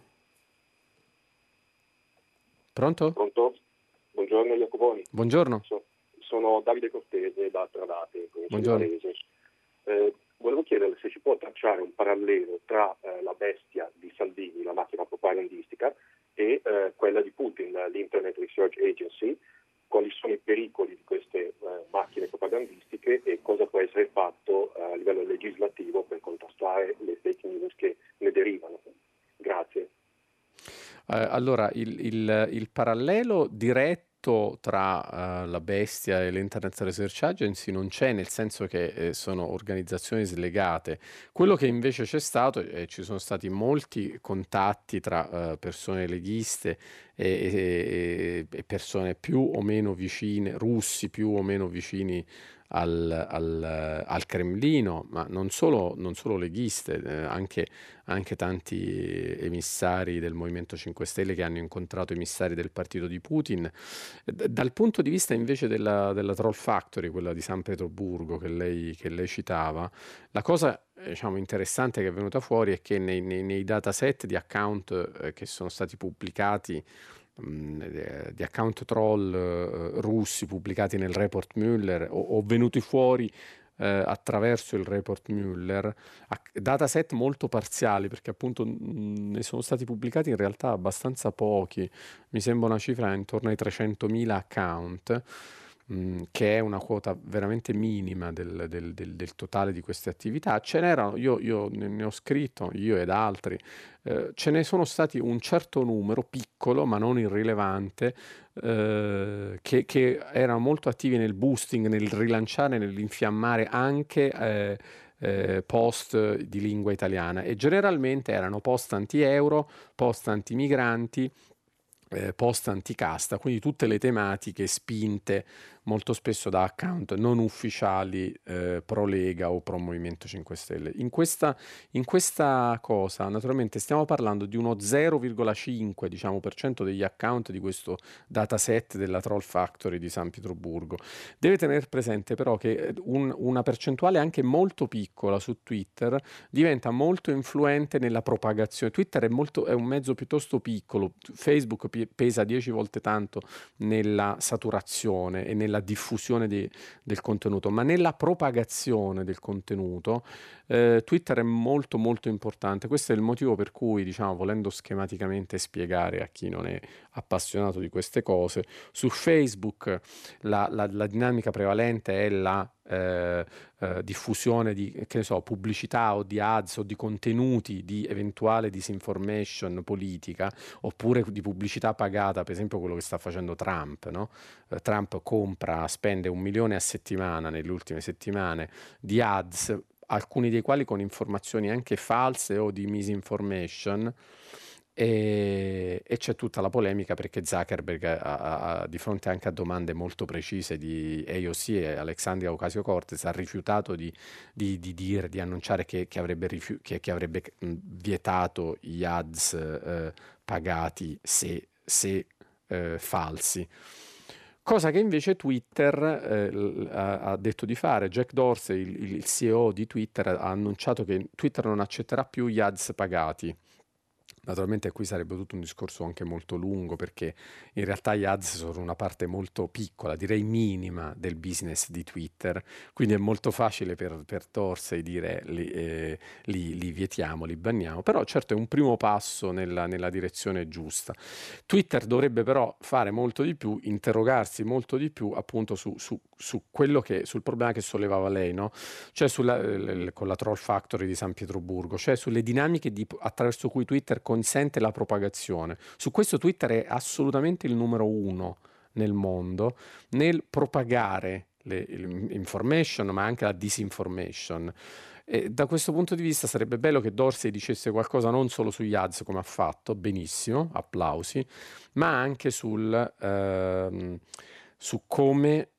Pronto? Pronto? Buongiorno Jacoboni. Buongiorno. Sono Davide Cortese da Tradate, Buongiorno. Volevo chiederle se si può tracciare un parallelo tra la bestia di Salvini, la macchina propagandistica, e quella di Putin. agency, quali sono i pericoli di queste macchine propagandistiche e cosa può essere fatto a livello legislativo per contrastare le fake news che ne derivano. Grazie. Allora, il parallelo diretto tra la Bestia e l'Internet Research Agency non c'è, nel senso che sono organizzazioni slegate. Quello che invece c'è stato, ci sono stati molti contatti tra persone leghiste e persone più o meno vicine, russi più o meno vicini al Cremlino, ma non solo leghiste, anche tanti emissari del Movimento 5 Stelle che hanno incontrato emissari del partito di Putin. Dal punto di vista invece della Troll Factory, quella di San Pietroburgo che lei citava, la cosa diciamo interessante che è venuta fuori è che nei dataset di account che sono stati pubblicati, di account troll russi pubblicati nel report Mueller o venuti fuori attraverso il report Mueller, dataset molto parziali, perché appunto ne sono stati pubblicati in realtà abbastanza pochi, mi sembra una cifra intorno ai 300.000 account, che è una quota veramente minima del totale di queste attività. Ce n'erano, io ne ho scritto, io ed altri, ce ne sono stati un certo numero, piccolo ma non irrilevante, che erano molto attivi nel boosting, nel rilanciare, nell'infiammare anche post di lingua italiana, e generalmente erano post anti-euro, post anti-migranti, post anticasta, quindi tutte le tematiche spinte molto spesso da account non ufficiali pro Lega o pro Movimento 5 Stelle. In questa cosa naturalmente stiamo parlando di uno 0,5 diciamo, per cento degli account di questo dataset della Troll Factory di San Pietroburgo. Deve tenere presente però che una percentuale anche molto piccola su Twitter diventa molto influente nella propagazione. Twitter è un mezzo piuttosto piccolo, Facebook pesa 10 volte tanto nella saturazione e nella diffusione del contenuto, ma nella propagazione del contenuto Twitter è molto molto importante. Questo è il motivo per cui, diciamo, volendo schematicamente spiegare a chi non è appassionato di queste cose, su Facebook la dinamica prevalente è la diffusione di, che ne so, pubblicità o di ads o di contenuti di eventuale disinformation politica, oppure di pubblicità pagata, per esempio quello che sta facendo Trump, no? Trump spende 1 milione a settimana nelle ultime settimane di ads, alcuni dei quali con informazioni anche false o di misinformation, e c'è tutta la polemica perché Zuckerberg di fronte anche a domande molto precise di AOC e Alexandria Ocasio-Cortez ha rifiutato di annunciare che avrebbe vietato gli ads pagati se falsi. Cosa che invece Twitter ha detto di fare. Jack Dorsey, il CEO di Twitter, ha annunciato che Twitter non accetterà più gli ads pagati. Naturalmente qui sarebbe tutto un discorso anche molto lungo, perché in realtà gli ads sono una parte molto piccola, direi minima, del business di Twitter, quindi è molto facile per Dorsey dire li vietiamo, li banniamo, però certo è un primo passo nella direzione giusta. Twitter dovrebbe però fare molto di più, interrogarsi molto di più appunto sul problema che sollevava lei, no? Cioè con la Troll Factory di San Pietroburgo, cioè sulle dinamiche attraverso cui Twitter consente la propagazione. Su questo Twitter è assolutamente il numero 1 nel mondo nel propagare l'information, ma anche la disinformation. E da questo punto di vista sarebbe bello che Dorsey dicesse qualcosa non solo sugli ads, come ha fatto, benissimo, applausi, ma anche su come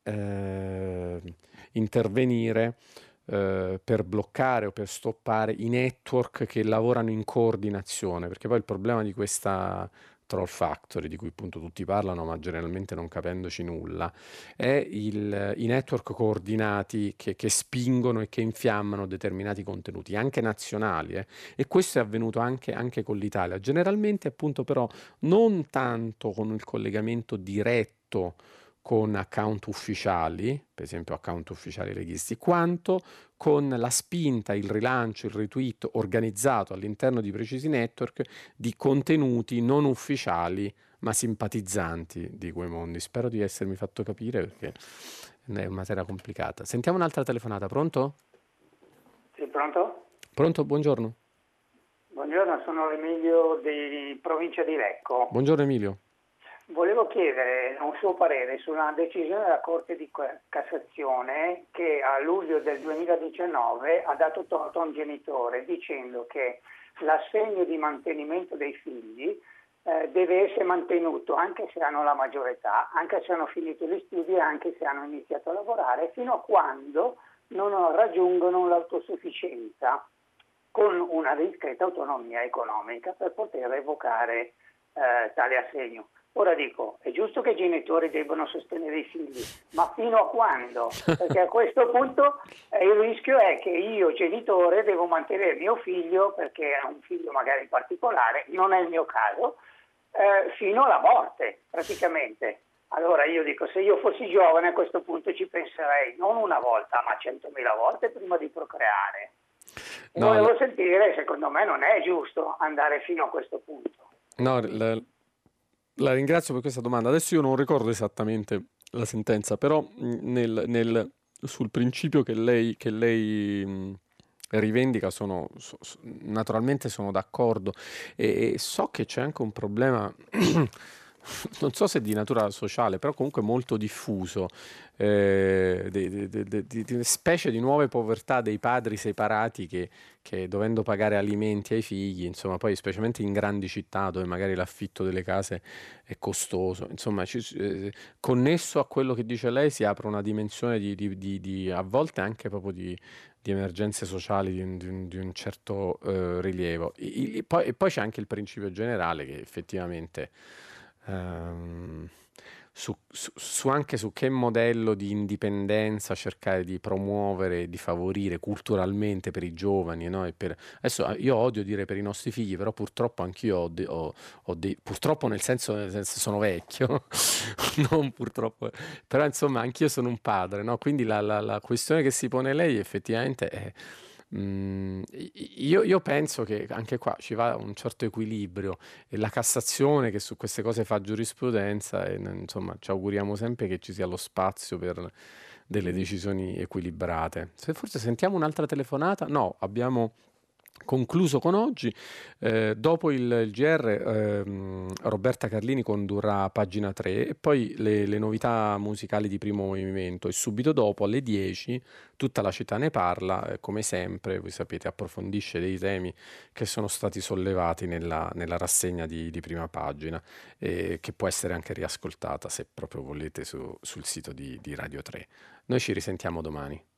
intervenire per bloccare o per stoppare i network che lavorano in coordinazione, perché poi il problema di questa Troll Factory, di cui appunto tutti parlano ma generalmente non capendoci nulla, è i network coordinati che spingono e che infiammano determinati contenuti, anche nazionali, e questo è avvenuto anche con l'Italia, generalmente appunto però non tanto con il collegamento diretto con account ufficiali, per esempio account ufficiali leghisti, quanto con la spinta, il rilancio, il retweet organizzato all'interno di precisi network di contenuti non ufficiali ma simpatizzanti di quei mondi. Spero di essermi fatto capire perché è una materia complicata. Sentiamo un'altra telefonata, pronto? Sì, pronto? Pronto, buongiorno. Buongiorno, sono Emilio di provincia di Lecco. Buongiorno Emilio. Volevo chiedere un suo parere sulla decisione della Corte di Cassazione che a luglio del 2019 ha dato torto a un genitore dicendo che l'assegno di mantenimento dei figli deve essere mantenuto anche se hanno la maggiore età, anche se hanno finito gli studi e anche se hanno iniziato a lavorare, fino a quando non raggiungono l'autosufficienza con una discreta autonomia economica per poter evocare tale assegno. Ora dico, è giusto che i genitori debbano sostenere i figli, ma fino a quando? Perché a questo punto il rischio è che io, genitore, devo mantenere mio figlio, perché è un figlio magari particolare, non è il mio caso, fino alla morte praticamente. Allora io dico, se io fossi giovane a questo punto ci penserei non una volta, ma 100.000 volte prima di procreare. E volevo sentire, secondo me non è giusto andare fino a questo punto. No, la ringrazio per questa domanda. Adesso io non ricordo esattamente la sentenza, però sul principio che lei rivendica naturalmente sono d'accordo e so che c'è anche un problema non so se di natura sociale, però comunque molto diffuso, di specie di nuove povertà dei padri separati che dovendo pagare alimenti ai figli, insomma, poi specialmente in grandi città dove magari l'affitto delle case è costoso, insomma, connesso a quello che dice lei si apre una dimensione di a volte anche proprio di emergenze sociali di un certo rilievo. E poi c'è anche il principio generale che effettivamente anche su che modello di indipendenza cercare di promuovere e di favorire culturalmente per i giovani, no? Adesso io odio dire per i nostri figli, però purtroppo anch'io purtroppo nel senso sono vecchio, non purtroppo, però insomma anch'io sono un padre, no? Quindi la questione che si pone lei effettivamente è io penso che anche qua ci va un certo equilibrio e la Cassazione che su queste cose fa giurisprudenza e insomma ci auguriamo sempre che ci sia lo spazio per delle decisioni equilibrate. Forse sentiamo un'altra telefonata? No, abbiamo concluso con oggi. Dopo il GR Roberta Carlini condurrà Pagina 3 e poi le novità musicali di Primo Movimento e subito dopo alle 10 Tutta la città ne parla, come sempre voi sapete approfondisce dei temi che sono stati sollevati nella rassegna di Prima Pagina che può essere anche riascoltata se proprio volete sul sito di Radio 3. Noi ci risentiamo domani.